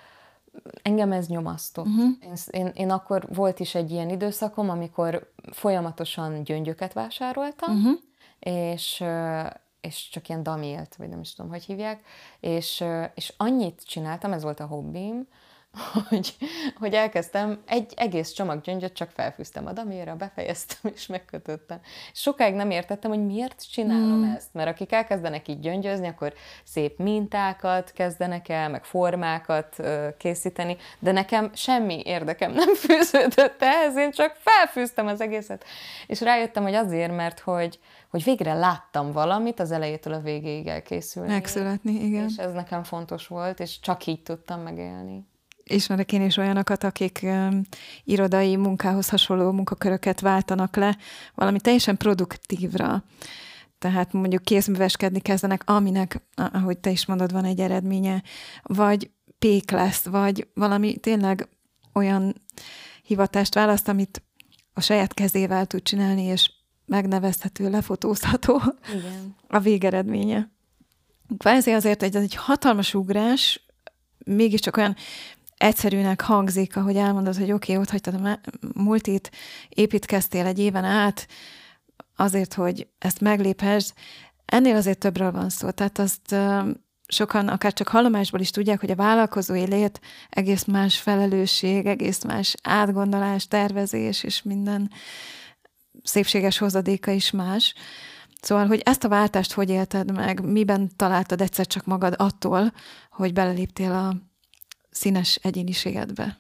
engem ez nyomasztott. Uh-huh. Én, én, én akkor volt is egy ilyen időszakom, amikor folyamatosan gyöngyöket vásároltam, uh-huh. és, és csak ilyen damilt, vagy nem is tudom, hogy hívják, és, és annyit csináltam, ez volt a hobbim, hogy, hogy elkezdtem, egy egész csomag gyöngyöt csak felfűztem a damira, befejeztem és megkötöttem. Sokáig nem értettem, hogy miért csinálom mm. ezt, mert akik elkezdenek így gyöngyözni, akkor szép mintákat kezdenek el, meg formákat ö, készíteni, de nekem semmi érdekem nem fűződött ehhez, én csak felfűztem az egészet. És rájöttem, hogy azért, mert hogy, hogy végre láttam valamit az elejétől a végéig elkészülni. Megszületni, igen. És ez nekem fontos volt, és csak így tudtam megélni. Ismerek én is olyanokat, akik um, irodai munkához hasonló munkaköröket váltanak le valami teljesen produktívra. Tehát mondjuk kézműveskedni kezdenek, aminek, ahogy te is mondod, van egy eredménye, vagy pék lesz, vagy valami tényleg olyan hivatást választ, amit a saját kezével tud csinálni, és megnevezhető, lefotózható. Igen. A végeredménye. Kvázi azért egy, egy hatalmas ugrás, mégiscsak olyan egyszerűnek hangzik, ahogy elmondod, hogy oké, okay, ott hagytad a multit, építkeztél egy éven át azért, hogy ezt megléphess. Ennél azért többről van szó. Tehát azt uh, sokan akár csak hallomásból is tudják, hogy a vállalkozói lét egész más felelősség, egész más átgondolás, tervezés és minden szépséges hozadéka is más. Szóval, hogy ezt a váltást hogy élted meg, miben találtad egyszer csak magad attól, hogy beleléptél a színes egyéniségedbe?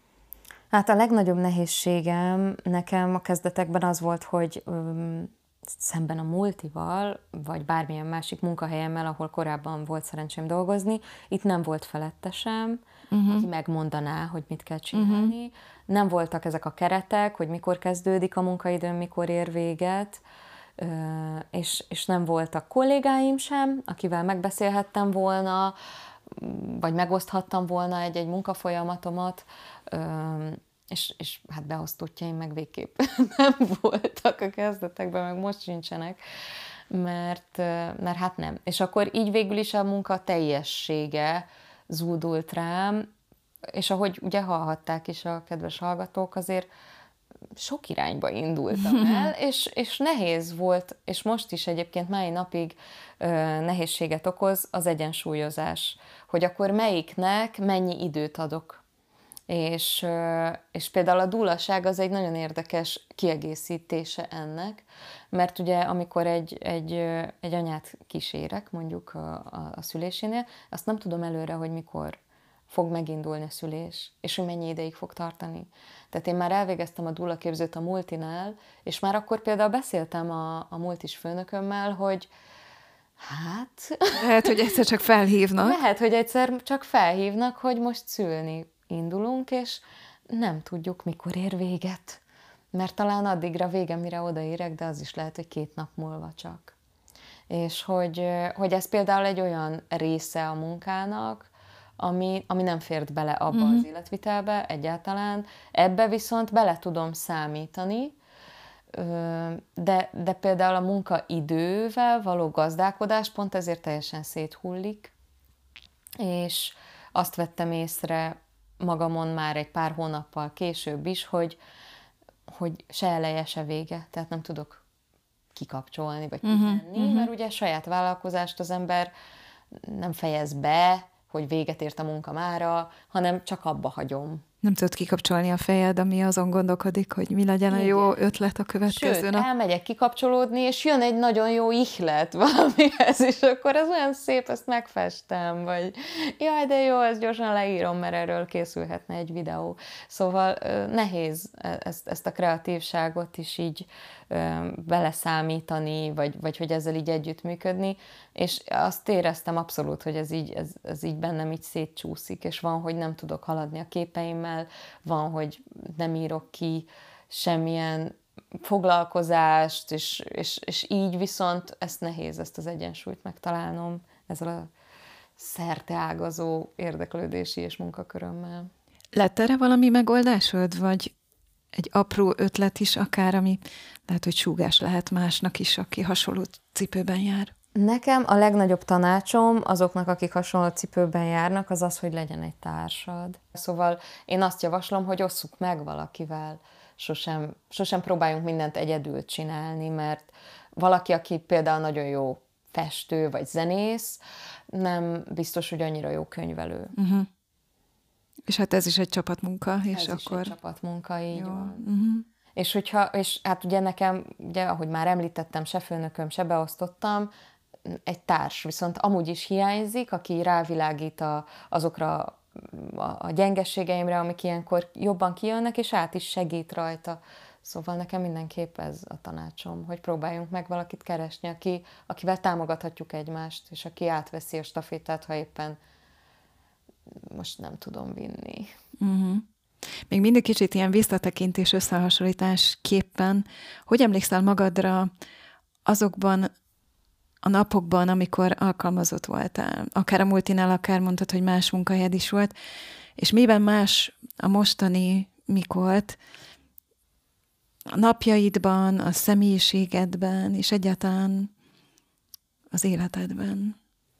Hát a legnagyobb nehézségem nekem a kezdetekben az volt, hogy öm, szemben a multival, vagy bármilyen másik munkahelyemmel, ahol korábban volt szerencsém dolgozni, itt nem volt felettesem, uh-huh. aki megmondaná, hogy mit kell csinálni. Uh-huh. Nem voltak ezek a keretek, hogy mikor kezdődik a munkaidőm, mikor ér véget, és, és nem voltak kollégáim sem, akivel megbeszélhettem volna, vagy megoszthattam volna egy-egy munkafolyamatomat, és, és hát beosztottjaim meg végképp nem voltak a kezdetekben, meg most sincsenek, mert, mert hát nem. És akkor így végül is a munka teljessége zúdult rám, és ahogy ugye hallhatták is a kedves hallgatók, azért sok irányba indultam el, és, és nehéz volt, és most is egyébként mai napig ö, nehézséget okoz az egyensúlyozás, hogy akkor melyiknek mennyi időt adok. És, ö, és például a dúlaság az egy nagyon érdekes kiegészítése ennek, mert ugye amikor egy, egy, egy anyát kísérek, mondjuk a, a, a szülésénél, azt nem tudom előre, hogy mikor fog megindulni a szülés, és hogy mennyi ideig fog tartani. Tehát én már elvégeztem a dúlaképzőt a multinál, és már akkor például beszéltem a, a multis főnökömmel, hogy hát... Lehet, hogy egyszer csak felhívnak. Lehet, hogy egyszer csak felhívnak, hogy most szülni indulunk, és nem tudjuk, mikor ér véget. Mert talán addigra vége, mire odaérek, de az is lehet, hogy két nap múlva csak. És hogy, hogy ez például egy olyan része a munkának, ami, ami nem fért bele abba uh-huh. az életvitelbe egyáltalán. Ebbe viszont bele tudom számítani, de, de például a munkaidővel való gazdálkodás pont ezért teljesen széthullik, és azt vettem észre magamon már egy pár hónappal később is, hogy, hogy se eleje, se vége, tehát nem tudok kikapcsolni, vagy kimenni, uh-huh, uh-huh. mert ugye saját vállalkozást az ember nem fejez be, hogy véget ért a munka mára, hanem csak abba hagyom. Nem tudod kikapcsolni a fejed, ami azon gondolkodik, hogy mi legyen a jó ötlet a következő Sőt, nap. elmegyek kikapcsolódni, és jön egy nagyon jó ihlet valamihez, és akkor ez olyan szép, ezt megfestem, vagy jaj, de jó, ezt gyorsan leírom, mert erről készülhetne egy videó. Szóval nehéz ezt, ezt a kreatívságot is így beleszámítani, vagy, vagy hogy ezzel így együttműködni, és azt éreztem abszolút, hogy ez így, ez, ez így bennem így szétcsúszik, és van, hogy nem tudok haladni a képeimmel, van, hogy nem írok ki semmilyen foglalkozást, és, és, és így viszont ezt nehéz, ezt az egyensúlyt megtalálnom ezzel a szerteágazó érdeklődési és munkakörömmel. Lett erre valami megoldásod, vagy egy apró ötlet is akár, ami lehet, hogy súgás lehet másnak is, aki hasonló cipőben jár? Nekem a legnagyobb tanácsom azoknak, akik hasonló cipőben járnak, az az, hogy legyen egy társad. Szóval én azt javaslom, hogy osszuk meg valakivel. Sosem, sosem próbáljunk mindent egyedül csinálni, mert valaki, aki például nagyon jó festő vagy zenész, nem biztos, hogy annyira jó könyvelő. Uh-huh. És hát ez is egy csapatmunka, és ez akkor... is egy csapatmunka, így jó. Van. Uh-huh. És hogyha, és hát ugye nekem, ugye, ahogy már említettem, se főnököm, se beosztottam, egy társ, viszont amúgy is hiányzik, aki rávilágít a, azokra a, a gyengességeimre, amik ilyenkor jobban kijönnek, és át is segít rajta. Szóval nekem mindenképp ez a tanácsom, hogy próbáljunk meg valakit keresni, aki, akivel támogathatjuk egymást, és aki átveszi a stafétát, ha éppen most nem tudom vinni. Uh-huh. Még mindig kicsit ilyen visszatekintés, összehasonlítás képpen. Hogy emlékszel magadra azokban a napokban, amikor alkalmazott voltál? Akár a multinál, akár mondtad, hogy más munkahelyed is volt, és miben más a mostani Mikolt a napjaidban, a személyiségedben, és egyáltalán az életedben?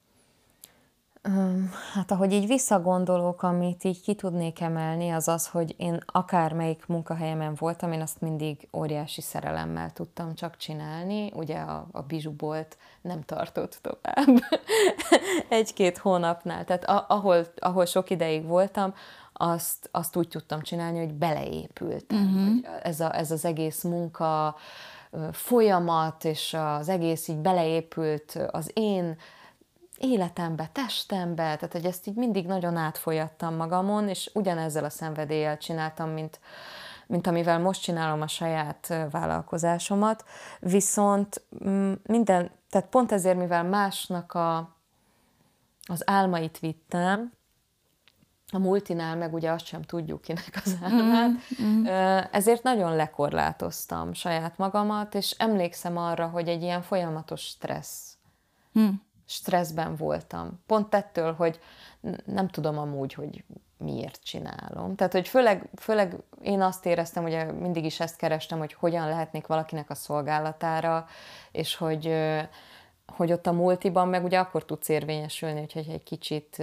Hát ahogy így visszagondolok, amit így ki tudnék emelni, az az, hogy én akármelyik munkahelyemen voltam, én azt mindig óriási szerelemmel tudtam csak csinálni. Ugye a, a bizsubolt nem tartott tovább egy-két hónapnál. Tehát a, ahol, ahol sok ideig voltam, azt, azt úgy tudtam csinálni, hogy beleépültem. Uh-huh. Hogy ez, a, ez az egész munka folyamat, és az egész így beleépült az én életembe, testembe, tehát hogy ezt így mindig nagyon átfolyattam magamon, és ugyanezzel a szenvedéllyel csináltam, mint, mint amivel most csinálom a saját vállalkozásomat, viszont minden, tehát pont ezért, mivel másnak a, az álmait vittem, a multinál meg ugye azt sem tudjuk, kinek az álmát, mm, mm. ezért nagyon lekorlátoztam saját magamat, és emlékszem arra, hogy egy ilyen folyamatos stressz, mm. stresszben voltam. Pont ettől, hogy nem tudom amúgy, hogy miért csinálom. Tehát, hogy főleg, főleg én azt éreztem, hogy mindig is ezt kerestem, hogy hogyan lehetnék valakinek a szolgálatára, és hogy, hogy ott a multiban meg ugye akkor tudsz érvényesülni, hogyha egy kicsit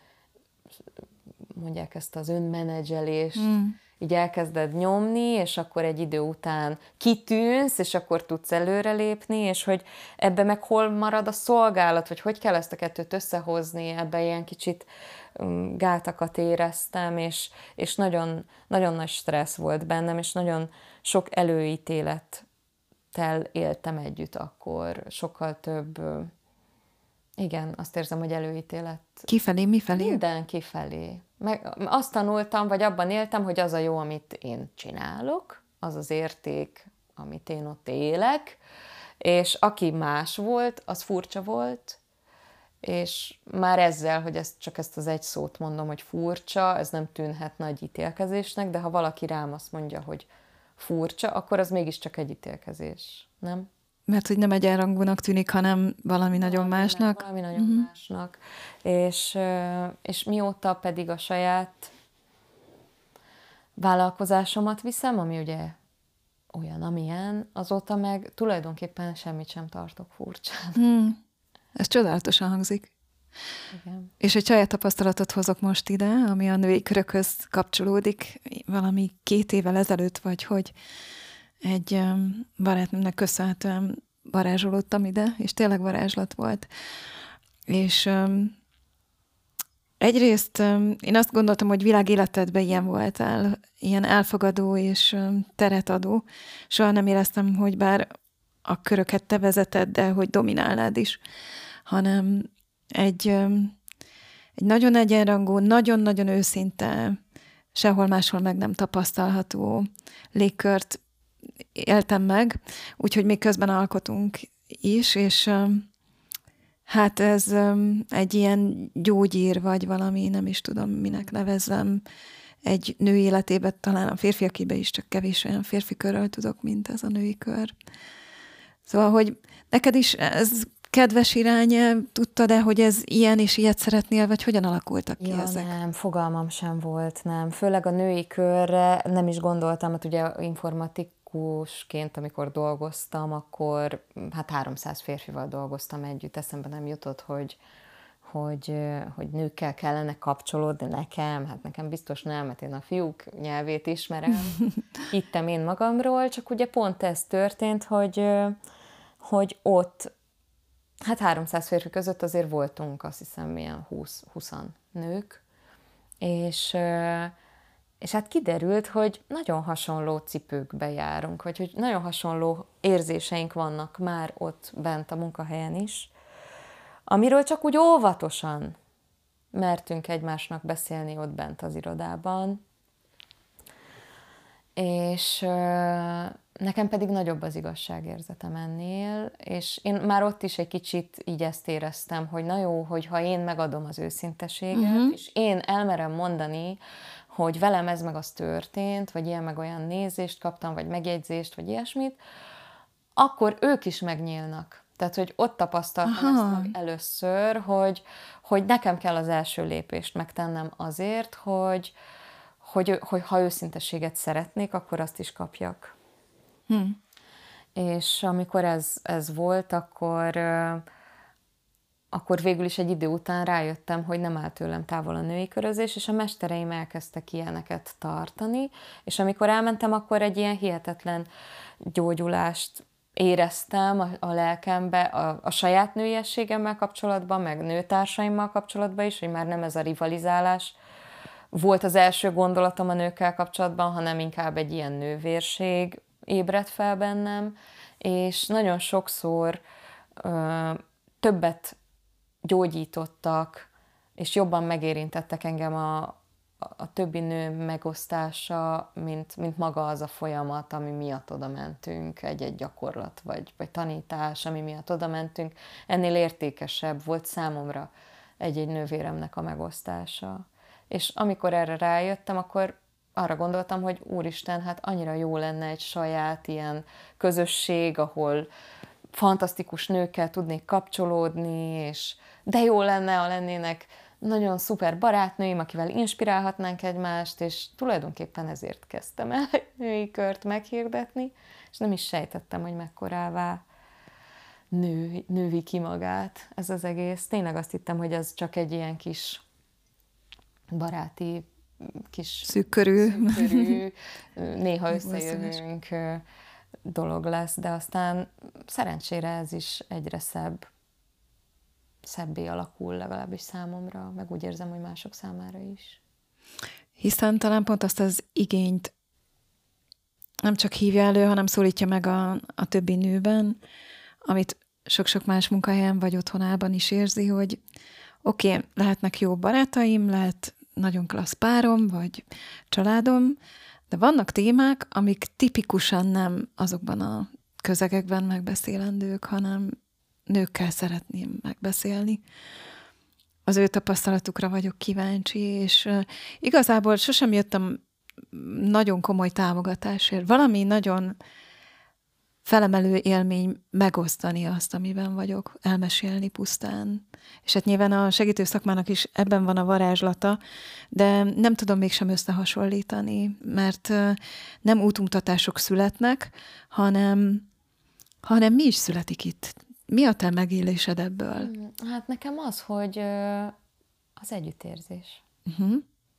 mondják ezt az önmenedzselést, mm. így elkezded nyomni, és akkor egy idő után kitűnsz, és akkor tudsz előrelépni, és hogy ebbe meg hol marad a szolgálat, vagy hogy kell ezt a kettőt összehozni, ebbe ilyen kicsit gátakat éreztem, és, és nagyon, nagyon nagy stressz volt bennem, és nagyon sok előítélettel éltem együtt akkor, sokkal több, igen, azt érzem, hogy előítélet. Kifelé, mifelé? Minden kifelé. Meg azt tanultam, vagy abban éltem, hogy az a jó, amit én csinálok, az az érték, amit én ott élek, és aki más volt, az furcsa volt, és már ezzel, hogy ezt, csak ezt az egy szót mondom, hogy furcsa, ez nem tűnhet nagy ítélkezésnek, de ha valaki rám azt mondja, hogy furcsa, akkor az mégiscsak egy ítélkezés, nem? mert hogy nem egyenrangúnak tűnik, hanem valami nagyon valami, másnak. Valami nagyon uh-huh. másnak. És, és mióta pedig a saját vállalkozásomat viszem, ami ugye olyan, amilyen, azóta meg tulajdonképpen semmit sem tartok furcsán. Hmm. Ez csodálatosan hangzik. Igen. És egy saját tapasztalatot hozok most ide, ami a női körökhöz kapcsolódik, valami két évvel ezelőtt, vagy hogy egy barátnőmnek köszönhetően varázsolódtam ide, és tényleg varázslat volt. És um, egyrészt um, én azt gondoltam, hogy világéletedben ilyen voltál, ilyen elfogadó és um, teret adó. Soha nem éreztem, hogy bár a köröket te vezeted, de hogy dominálnád is, hanem egy, um, egy nagyon egyenrangú, nagyon-nagyon őszinte, sehol máshol meg nem tapasztalható légkört éltem meg, úgyhogy még közben alkotunk is, és um, hát ez um, egy ilyen gyógyír, vagy valami, nem is tudom, minek nevezzem, egy nő életében, talán a férfiakébe is csak kevés olyan férfi körről tudok, mint ez a női kör. Szóval, hogy neked is ez kedves irány, tudtad-e, hogy ez ilyen és ilyet szeretnél, vagy hogyan alakultak ki ja, ezek? Nem, fogalmam sem volt, nem. Főleg a női körre nem is gondoltam, mert ugye informatikusként, amikor dolgoztam, akkor hát háromszáz férfival dolgoztam együtt, eszembe nem jutott, hogy, hogy, hogy nőkkel kellene kapcsolódni nekem, hát nekem biztos nem, mert én a fiúk nyelvét ismerem, hittem én magamról, csak ugye pont ez történt, hogy, hogy ott hát háromszáz férfi között azért voltunk, azt hiszem, milyen húsz nők, és, és hát kiderült, hogy nagyon hasonló cipőkbe járunk, vagy hogy nagyon hasonló érzéseink vannak már ott bent a munkahelyen is, amiről csak úgy óvatosan mertünk egymásnak beszélni ott bent az irodában, és nekem pedig nagyobb az igazságérzetem ennél, és én már ott is egy kicsit így ezt éreztem, hogy na jó, hogyha én megadom az őszinteséget, uh-huh. és én elmerem mondani, hogy velem ez meg az történt, vagy ilyen meg olyan nézést kaptam, vagy megjegyzést, vagy ilyesmit, akkor ők is megnyílnak. Tehát, hogy ott tapasztaltam Aha. ezt meg először, hogy, hogy nekem kell az első lépést megtennem azért, hogy, hogy, hogy ha őszintességet szeretnék, akkor azt is kapjak. Hmm. És amikor ez, ez volt, akkor, akkor végül is egy idő után rájöttem, hogy nem áll tőlem távol a női körözés, és a mestereim elkezdtek ilyeneket tartani, és amikor elmentem, akkor egy ilyen hihetetlen gyógyulást éreztem a, a lelkembe, a, a saját nőiességemmel kapcsolatban, meg nőtársaimmal kapcsolatban is, hogy már nem ez a rivalizálás volt az első gondolatom a nőkkel kapcsolatban, hanem inkább egy ilyen nővérség ébredt fel bennem, és nagyon sokszor ö, többet gyógyítottak, és jobban megérintettek engem a, a többi nő megosztása, mint, mint maga az a folyamat, ami miatt oda mentünk, egy-egy gyakorlat, vagy, vagy tanítás, ami miatt oda mentünk. Ennél értékesebb volt számomra egy-egy nővéremnek a megosztása. És amikor erre rájöttem, akkor arra gondoltam, hogy úristen, hát annyira jó lenne egy saját ilyen közösség, ahol fantasztikus nőkkel tudnék kapcsolódni, és de jó lenne, ha lennének nagyon szuper barátnőim, akivel inspirálhatnánk egymást, és tulajdonképpen ezért kezdtem el egy női kört meghirdetni, és nem is sejtettem, hogy mekkorává nő, nővi ki magát ez az egész. Tényleg azt hittem, hogy ez csak egy ilyen kis baráti, kis szűkkörű, szűkkörű néha összejövünk dolog lesz, de aztán szerencsére ez is egyre szebb, szebbé alakul, legalábbis számomra, meg úgy érzem, hogy mások számára is. Hiszen talán pont azt az igényt nem csak hívja elő, hanem szólítja meg a, a többi nőben, amit sok-sok más munkahelyen vagy otthonában is érzi, hogy oké, okay, lehetnek jó barátaim, lehet nagyon klassz párom, vagy családom, de vannak témák, amik tipikusan nem azokban a közegekben megbeszélendők, hanem nőkkel szeretném megbeszélni. Az ő tapasztalatukra vagyok kíváncsi, és igazából sosem jöttem nagyon komoly támogatásért. Valami nagyon felemelő élmény megosztani azt, amiben vagyok, elmesélni pusztán. És hát nyilván a segítő szakmának is ebben van a varázslata, de nem tudom mégsem összehasonlítani, mert nem útmutatások születnek, hanem, hanem mi is születik itt. Mi a te megélésed ebből? Hát nekem az, hogy az együttérzés. Uh-huh.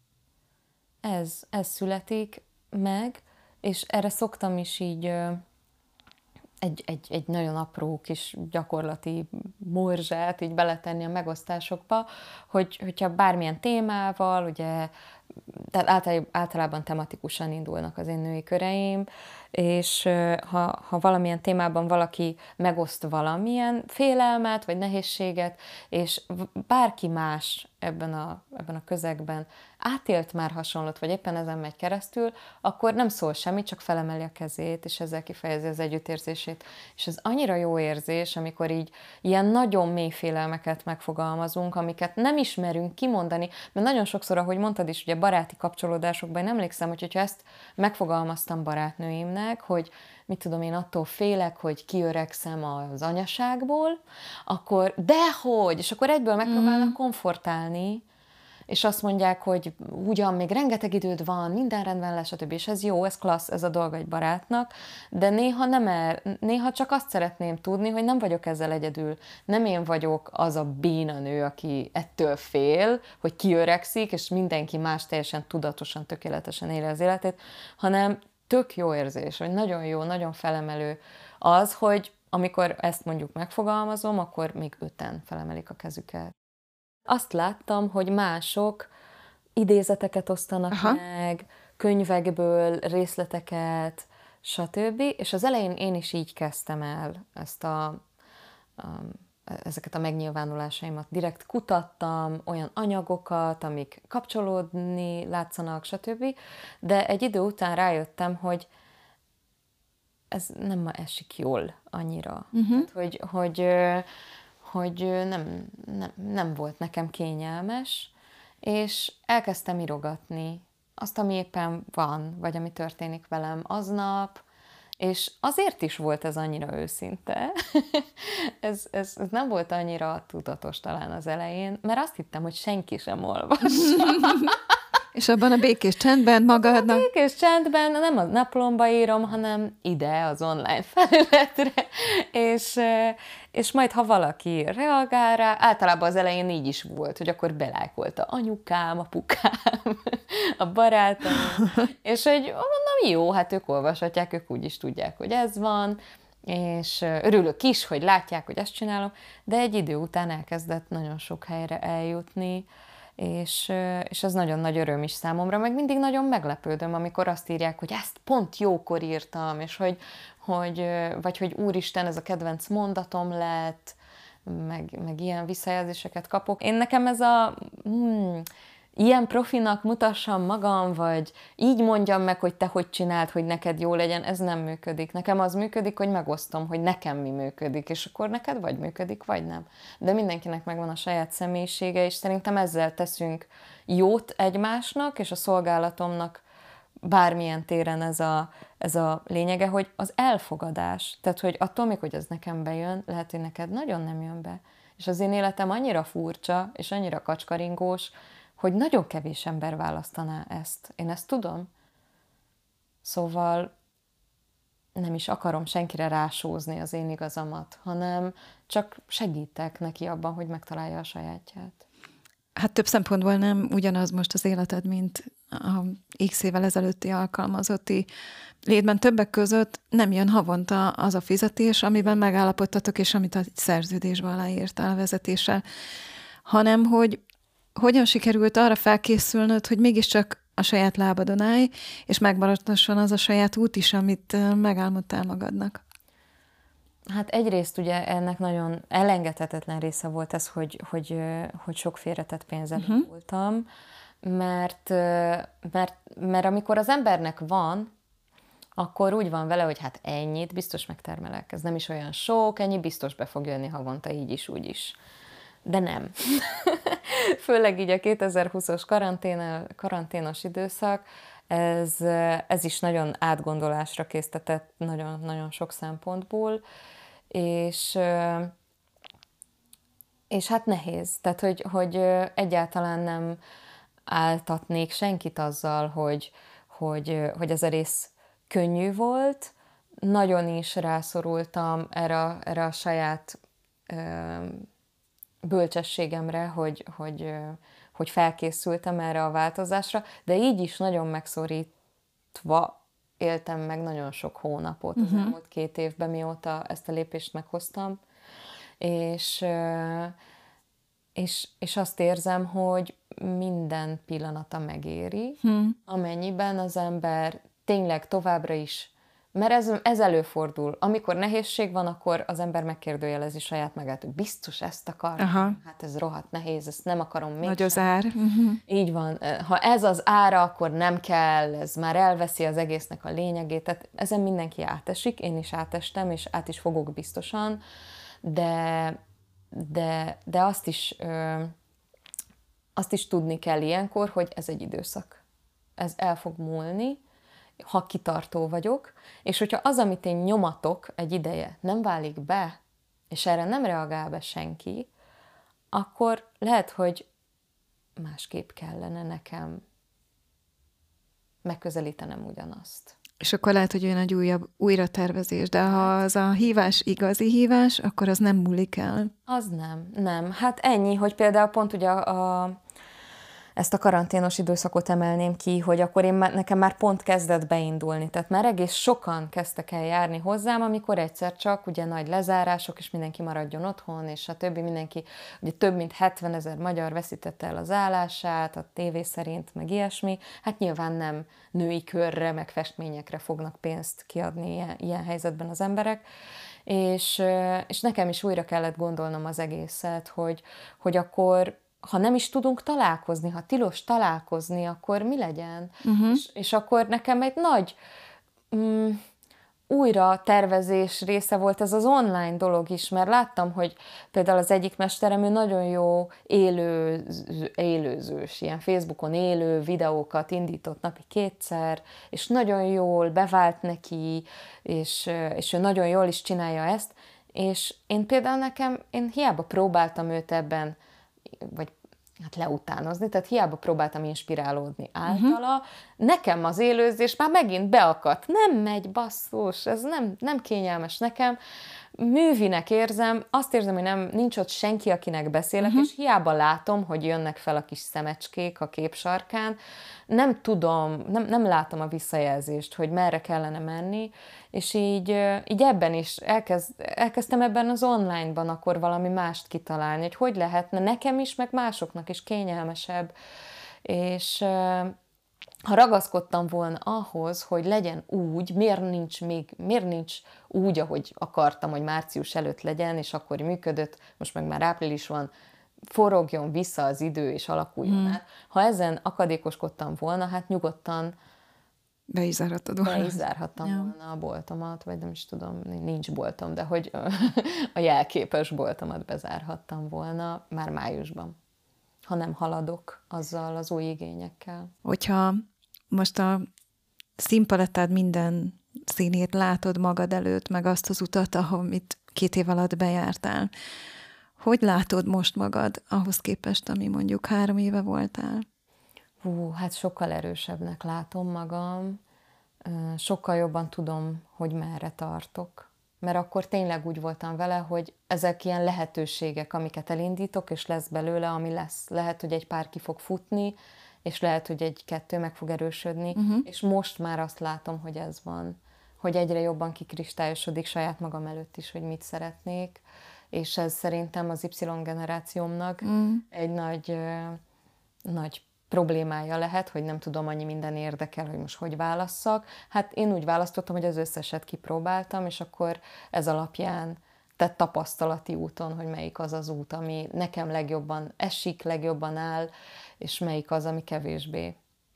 Ez, ez születik meg, és erre szoktam is így egy, egy, egy nagyon apró kis gyakorlati morzsát így beletenni a megosztásokba, hogy, hogyha bármilyen témával, ugye, tehát általában tematikusan indulnak az én női köreim, és ha, ha valamilyen témában valaki megoszt valamilyen félelmet, vagy nehézséget, és bárki más ebben a, ebben a közegben átélt már hasonlót, vagy éppen ezen megy keresztül, akkor nem szól semmit, csak felemeli a kezét, és ezzel kifejezi az együttérzését. És ez annyira jó érzés, amikor így ilyen nagyon mély félelmeket megfogalmazunk, amiket nem ismerünk kimondani, mert nagyon sokszor, ahogy mondtad is, ugye baráti kapcsolódásokban, én emlékszem, hogy hogyha ezt megfogalmaztam barátnőimnek, hogy mit tudom én, attól félek, hogy kiöregszem az anyaságból, akkor dehogy, és akkor egyből megpróbálnak mm. komfortálni, és azt mondják, hogy ugyan még rengeteg időd van, minden rendben lesz, stb. És ez jó, ez klassz, ez a dolga egy barátnak, de néha nem el, néha csak azt szeretném tudni, hogy nem vagyok ezzel egyedül. Nem én vagyok az a béna nő, aki ettől fél, hogy kiöregszik, és mindenki más teljesen tudatosan, tökéletesen éli az életét, hanem tök jó érzés, vagy nagyon jó, nagyon felemelő az, hogy amikor ezt mondjuk megfogalmazom, akkor még öten felemelik a kezüket. Azt láttam, hogy mások idézeteket osztanak Aha. meg, könyvekből, részleteket, stb. És az elején én is így kezdtem el ezt a, a, ezeket a megnyilvánulásaimat. Direkt kutattam olyan anyagokat, amik kapcsolódni látszanak, stb. De egy idő után rájöttem, hogy ez nem ma esik jól annyira. Uh-huh. Tehát, hogy... hogy hogy nem, nem, nem volt nekem kényelmes, és elkezdtem írogatni azt, ami éppen van, vagy ami történik velem aznap, és azért is volt ez annyira őszinte. ez, ez, ez nem volt annyira tudatos talán az elején, mert azt hittem, hogy senki sem olvassa. És abban a békés csendben magadnak? A békés csendben nem a naplomba írom, hanem ide, az online felületre, és, és majd, ha valaki reagál rá, általában az elején így is volt, hogy akkor belájkolta anyukám, apukám, a barátom, és hogy mondom, jó, hát ők olvashatják, ők úgy is tudják, hogy ez van, és örülök is, hogy látják, hogy ezt csinálom, de egy idő után elkezdett nagyon sok helyre eljutni, És, és ez nagyon nagy öröm is számomra, meg mindig nagyon meglepődöm, amikor azt írják, hogy ezt pont jókor írtam, és hogy, hogy vagy hogy úristen, ez a kedvenc mondatom lett, meg, meg ilyen visszajelzéseket kapok. Én nekem ez a hmm, ilyen profinak mutassam magam, vagy így mondjam meg, hogy te hogy csináld, hogy neked jó legyen, ez nem működik. Nekem az működik, hogy megosztom, hogy nekem mi működik, és akkor neked vagy működik, vagy nem. De mindenkinek megvan a saját személyisége, és szerintem ezzel teszünk jót egymásnak, és a szolgálatomnak bármilyen téren ez a, ez a lényege, hogy az elfogadás. Tehát, hogy attól még, hogy az nekem bejön, lehet, hogy neked nagyon nem jön be. És az én életem annyira furcsa, és annyira kacskaringós, hogy nagyon kevés ember választaná ezt. Én ezt tudom. Szóval nem is akarom senkire rásózni az én igazamat, hanem csak segítek neki abban, hogy megtalálja a sajátját. Hát több szempontból nem ugyanaz most az életed, mint a x évvel ezelőtti alkalmazotti létben. Többek között nem jön havonta az a fizetés, amiben megállapodtatok, és amit a szerződésben aláírtál a vezetéssel, hanem hogy hogyan sikerült arra felkészülnöd, hogy mégiscsak a saját lábadon állj, és megmaradhasson az a saját út is, amit megálmodtál magadnak? Hát egyrészt ugye ennek nagyon elengedhetetlen része volt ez, hogy, hogy, hogy sok félretett pénzzel uh-huh. voltam, mert, mert, mert amikor az embernek van, akkor úgy van vele, hogy hát ennyit biztos megtermelek. Ez nem is olyan sok, ennyi biztos be fog jönni havonta, így is, úgy is. De nem. Főleg így a kétezer-húszas karantén, karanténos időszak, ez, ez is nagyon átgondolásra késztetett nagyon, nagyon sok szempontból, és, és hát nehéz. Tehát, hogy, hogy egyáltalán nem áltatnék senkit azzal, hogy, hogy, hogy ez a rész könnyű volt. Nagyon is rászorultam erre, erre a saját bölcsességemre, hogy, hogy, hogy felkészültem erre a változásra, de így is nagyon megszorítva éltem meg nagyon sok hónapot az uh-huh. elmúlt két évben, mióta ezt a lépést meghoztam, és, és, és azt érzem, hogy minden pillanata megéri, hmm. amennyiben az ember tényleg továbbra is, mert ez, ez előfordul. Amikor nehézség van, akkor az ember megkérdőjelezi saját magát, hogy biztos ezt akar. Aha. Hát ez rohadt nehéz, ezt nem akarom mégsem. Nagy az ár. Uh-huh. Így van. Ha ez az ára, akkor nem kell, ez már elveszi az egésznek a lényegét. Tehát ezen mindenki átesik, én is átestem, és át is fogok biztosan, de, de, de azt is, ö, azt is tudni kell ilyenkor, hogy ez egy időszak. Ez el fog múlni, ha kitartó vagyok, és hogyha az, amit én nyomatok egy ideje, nem válik be, és erre nem reagál be senki, akkor lehet, hogy másképp kellene nekem megközelítenem ugyanazt. És akkor lehet, hogy jön egy újabb újratervezés, de ha az a hívás igazi hívás, akkor az nem múlik el. Az nem, nem. Hát ennyi, hogy például pont ugye a, a ezt a karanténos időszakot emelném ki, hogy akkor én nekem már pont kezdett beindulni. Tehát már egész sokan kezdtek el járni hozzám, amikor egyszer csak ugye nagy lezárások, és mindenki maradjon otthon, és a többi mindenki, ugye több mint hetvenezer magyar veszítette el az állását, a tévé szerint, meg ilyesmi. Hát nyilván nem női körre, meg festményekre fognak pénzt kiadni ilyen, ilyen helyzetben az emberek. És, és nekem is újra kellett gondolnom az egészet, hogy, hogy akkor ha nem is tudunk találkozni, ha tilos találkozni, akkor mi legyen? Uh-huh. És, és akkor nekem egy nagy mm, újra tervezés része volt ez az online dolog is, mert láttam, hogy például az egyik mesterem, ő nagyon jó élő, élőzős, ilyen Facebookon élő videókat indított napi kétszer, és nagyon jól bevált neki, és, és ő nagyon jól is csinálja ezt, és én például nekem, én hiába próbáltam őt ebben vagy hát leutánozni, tehát hiába próbáltam inspirálódni általa, uh-huh. nekem az élőzés már megint beakadt. Nem megy, basszus, ez nem, nem kényelmes nekem. Művinek érzem, azt érzem, hogy nem, nincs ott senki, akinek beszélek, uh-huh. és hiába látom, hogy jönnek fel a kis szemecskék a képsarkán, nem tudom, nem, nem látom a visszajelzést, hogy merre kellene menni, és így, így ebben is elkezd, elkezdtem ebben az online-ban akkor valami mást kitalálni, hogy hogy lehetne nekem is, meg másoknak is kényelmesebb, és ha ragaszkodtam volna ahhoz, hogy legyen úgy, miért nincs még, miért nincs úgy, ahogy akartam, hogy március előtt legyen, és akkor működött, most meg már április van, forogjon vissza az idő, és alakuljon hmm. át. Ha ezen akadékoskodtam volna, hát nyugodtan be is zárhattad volna. Be is zárhattam ja. volna a boltomat, vagy nem is tudom, nincs boltom, de hogy a jelképes boltomat bezárhattam volna már májusban, ha nem haladok azzal az új igényekkel. Hogyha most a színpalettád minden színét látod magad előtt, meg azt az utat, amit két év alatt bejártál, hogy látod most magad ahhoz képest, ami mondjuk három éve voltál? Hú, hát sokkal erősebbnek látom magam, sokkal jobban tudom, hogy merre tartok. Mert akkor tényleg úgy voltam vele, hogy ezek ilyen lehetőségek, amiket elindítok, és lesz belőle, ami lesz. Lehet, hogy egy pár ki fog futni, és lehet, hogy egy-kettő meg fog erősödni, uh-huh. és most már azt látom, hogy ez van. Hogy egyre jobban kikristályosodik saját magam előtt is, hogy mit szeretnék, és ez szerintem az Y-generációmnak uh-huh. egy nagy, nagy problémája lehet, hogy nem tudom, annyi minden érdekel, hogy most hogy válasszak. Hát én úgy választottam, hogy az összeset kipróbáltam, és akkor ez alapján tett tapasztalati úton, hogy melyik az az út, ami nekem legjobban esik, legjobban áll, és melyik az, ami kevésbé.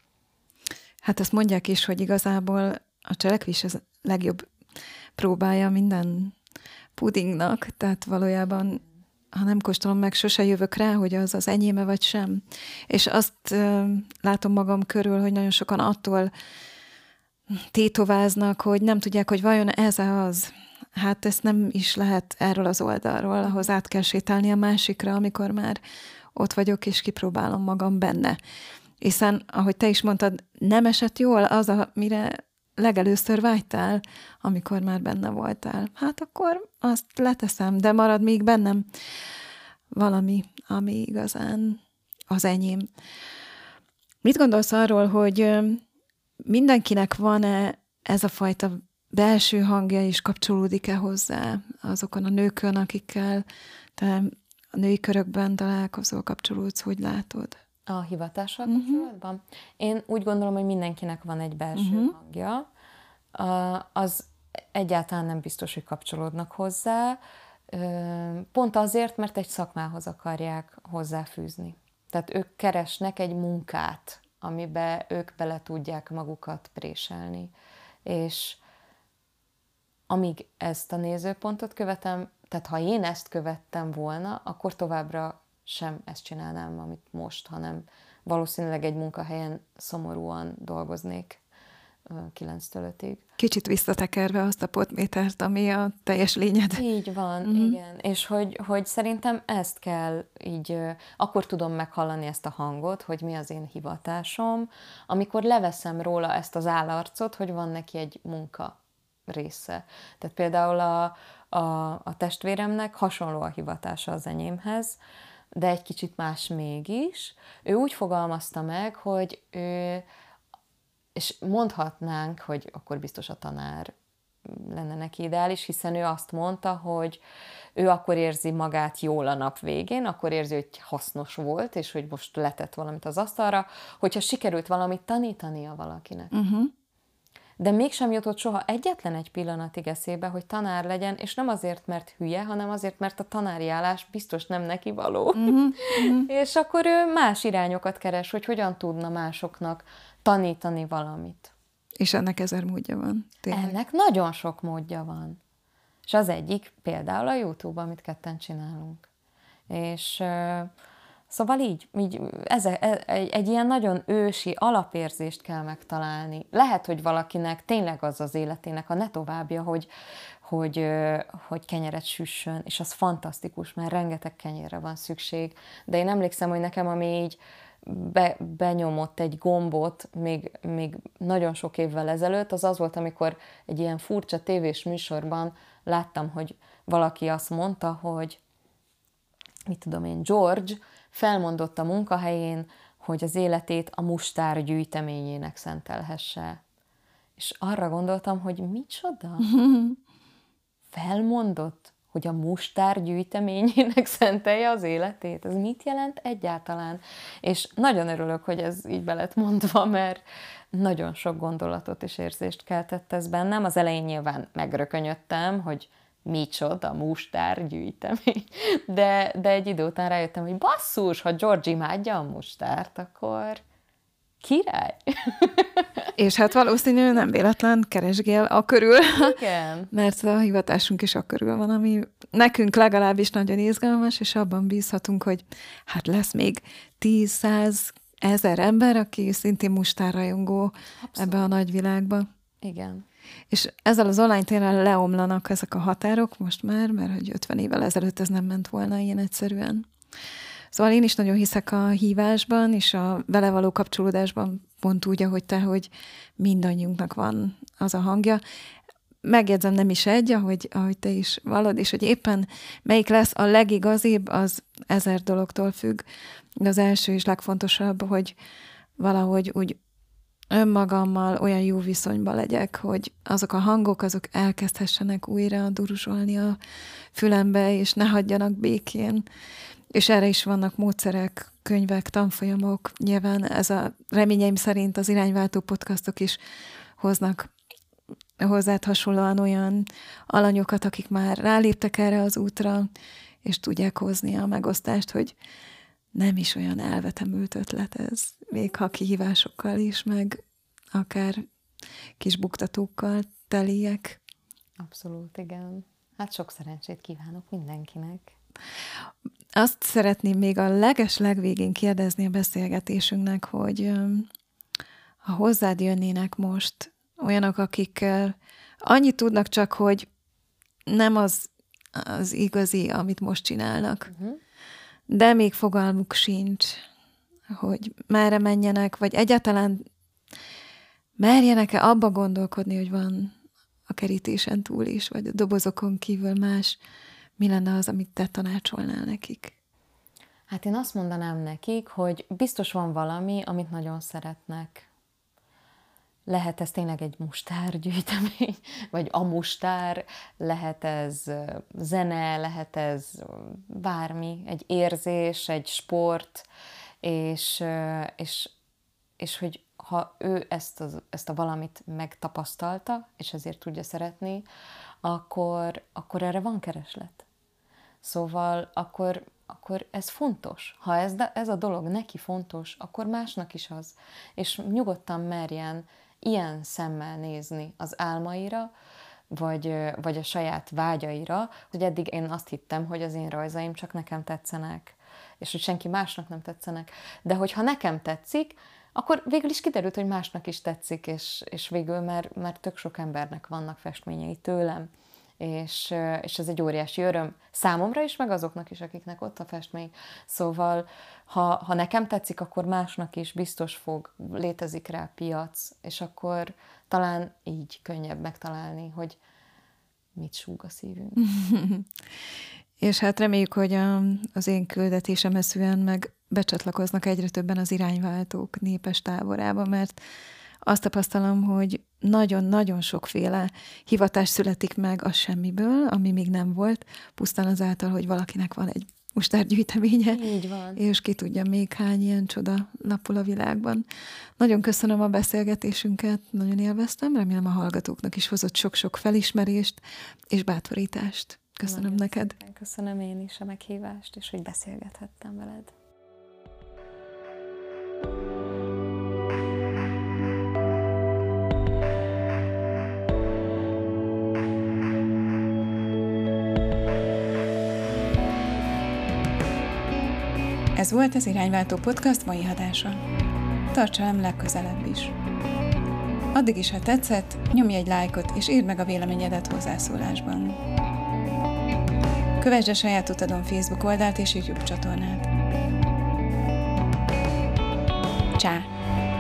Hát azt mondják is, hogy igazából a cselekvés az legjobb próbája minden pudingnak, tehát valójában ha nem kóstolom meg, sose jövök rá, hogy az az enyéme vagy sem. És azt uh, látom magam körül, hogy nagyon sokan attól tétováznak, hogy nem tudják, hogy vajon ez az. Hát ezt nem is lehet erről az oldalról, ahhoz át kell sétálni a másikra, amikor már ott vagyok, és kipróbálom magam benne. Hiszen, ahogy te is mondtad, nem esett jól az, amire legelőször vágytál, amikor már benne voltál. Hát akkor azt leteszem, de marad még bennem valami, ami igazán az enyém. Mit gondolsz arról, hogy mindenkinek van-e ez a fajta belső hangja, és kapcsolódik-e hozzá azokon a nőkön, akikkel te a női körökben találkozol, kapcsolódsz, hogy látod? A hivatással uh-huh. kapcsolatban? Én úgy gondolom, hogy mindenkinek van egy belső uh-huh. hangja. Az egyáltalán nem biztos, hogy kapcsolódnak hozzá. Pont azért, mert egy szakmához akarják hozzáfűzni. Tehát ők keresnek egy munkát, amiben ők bele tudják magukat préselni. És amíg ezt a nézőpontot követem, tehát ha én ezt követtem volna, akkor továbbra sem ezt csinálnám, amit most, hanem valószínűleg egy munkahelyen szomorúan dolgoznék kilenctől ötig. Kicsit visszatekerve azt a potmétert, ami a teljes lényed. Így van, uh-huh. igen. És hogy, hogy szerintem ezt kell így, akkor tudom meghallani ezt a hangot, hogy mi az én hivatásom, amikor leveszem róla ezt az állarcot, hogy van neki egy munka része. Tehát például a, a, a testvéremnek hasonló a hivatása az enyémhez, de egy kicsit más mégis. Ő úgy fogalmazta meg, hogy ő, és mondhatnánk, hogy akkor biztos a tanár lenne neki ideális, hiszen ő azt mondta, hogy ő akkor érzi magát jól a nap végén, akkor érzi, hogy hasznos volt, és hogy most letett valamit az asztalra, hogyha sikerült valamit tanítania valakinek. Uh-huh. De mégsem jutott soha egyetlen egy pillanatig eszébe, hogy tanár legyen, és nem azért, mert hülye, hanem azért, mert a tanári állás biztos nem neki való. Uh-huh, uh-huh. És akkor ő más irányokat keres, hogy hogyan tudna másoknak tanítani valamit. És ennek ezer módja van. Tényleg. Ennek nagyon sok módja van. És az egyik például a YouTube, amit ketten csinálunk. És uh, szóval így, így ez, egy, egy ilyen nagyon ősi alapérzést kell megtalálni. Lehet, hogy valakinek tényleg az az életének a ne továbbja, hogy, hogy, hogy kenyeret süssön, és az fantasztikus, mert rengeteg kenyérre van szükség. De én emlékszem, hogy nekem, ami így be, benyomott egy gombot még, még nagyon sok évvel ezelőtt, az az volt, amikor egy ilyen furcsa tévés műsorban láttam, hogy valaki azt mondta, hogy mit tudom én, George felmondott a munkahelyén, hogy az életét a mustár gyűjteményének szentelhesse. És arra gondoltam, hogy micsoda? Felmondott, hogy a mustár gyűjteményének szentelje az életét? Ez mit jelent egyáltalán? És nagyon örülök, hogy ez így be lett mondva, mert nagyon sok gondolatot és érzést keltett ez bennem. Az elején nyilván megrökönyödtem, hogy micsoda mustár gyűjtemény. De, de egy idő után rájöttem, hogy basszus, ha George imádja a mustárt, akkor király. És hát valószínű nem véletlen keresgél a körül. Igen. Mert a hivatásunk is a körül van, ami nekünk legalábbis nagyon izgalmas, és abban bízhatunk, hogy hát lesz még tíz, száz, ezer ember, aki szintén mustárrajongó ebbe a nagyvilágba. Igen. És ezzel az online téren leomlanak ezek a határok most már, mert hogy ötven évvel ezelőtt ez nem ment volna ilyen egyszerűen. Szóval én is nagyon hiszek a hívásban, és a vele való kapcsolódásban pont úgy, ahogy te, hogy mindannyiunknak van az a hangja. Megjegyzem, nem is egy, ahogy, ahogy te is vallod, és hogy éppen melyik lesz a legigazibb, az ezer dologtól függ. De az első és legfontosabb, hogy valahogy úgy önmagammal olyan jó viszonyban legyek, hogy azok a hangok, azok elkezdhessenek újra duruzsolni a fülembe, és ne hagyjanak békén. És erre is vannak módszerek, könyvek, tanfolyamok. Nyilván ez a reményeim szerint az irányváltó podcastok is hoznak hozzád hasonlóan olyan alanyokat, akik már ráléptek erre az útra, és tudják hozni a megosztást, hogy nem is olyan elvetemült ötlet ez, még ha kihívásokkal is, meg akár kis buktatókkal teliek. Abszolút, igen. Hát sok szerencsét kívánok mindenkinek. Azt szeretném még a leges legvégén kérdezni a beszélgetésünknek, hogy ha hozzád jönnének most olyanok, akikkel annyit tudnak csak, hogy nem az az igazi, amit most csinálnak, uh-huh. de még fogalmuk sincs, hogy merre menjenek, vagy egyáltalán merjenek-e abba gondolkodni, hogy van a kerítésen túl is, vagy a dobozokon kívül más, mi lenne az, amit te tanácsolnál nekik? Hát én azt mondanám nekik, hogy biztos van valami, amit nagyon szeretnek. Lehet ez tényleg egy mustárgyűjtemény, vagy a mustár, lehet ez zene, lehet ez bármi, egy érzés, egy sport, és, és, és hogy ha ő ezt, az, ezt a valamit megtapasztalta, és ezért tudja szeretni, akkor, akkor erre van kereslet. Szóval akkor, akkor ez fontos. Ha ez, ez a dolog neki fontos, akkor másnak is az. És nyugodtan merjen ilyen szemmel nézni az álmaira, vagy, vagy a saját vágyaira, hogy eddig én azt hittem, hogy az én rajzaim csak nekem tetszenek, és hogy senki másnak nem tetszenek. De hogyha nekem tetszik, akkor végül is kiderült, hogy másnak is tetszik, és, és végül már, már tök sok embernek vannak festményei tőlem, és, és ez egy óriási öröm számomra is, meg azoknak is, akiknek ott a festmény. Szóval, ha, ha nekem tetszik, akkor másnak is biztos fog, létezik rá piac, és akkor talán így könnyebb megtalálni, hogy mit súg a szívünk. És hát reméljük, hogy a, az én küldetésemhez szűen meg becsatlakoznak egyre többen az irányváltók népes táborába, mert azt tapasztalom, hogy nagyon-nagyon sokféle hivatás születik meg a semmiből, ami még nem volt, pusztán azáltal, hogy valakinek van egy mustárgyűjteménye. Így van. És ki tudja még hány ilyen csoda lapul a világban. Nagyon köszönöm a beszélgetésünket, nagyon élveztem, remélem a hallgatóknak is hozott sok-sok felismerést és bátorítást. Köszönöm nagyon neked. Szépen. Köszönöm én is a meghívást, és hogy beszélgethettem veled. Ez volt az Irányváltó Podcast mai adása. Tarts velem legközelebb is. Addig is, ha tetszett, nyomj egy lájkot és írd meg a véleményedet hozzászólásban. Kövesd a Saját Utadon Facebook oldalt és YouTube csatornát. Csá!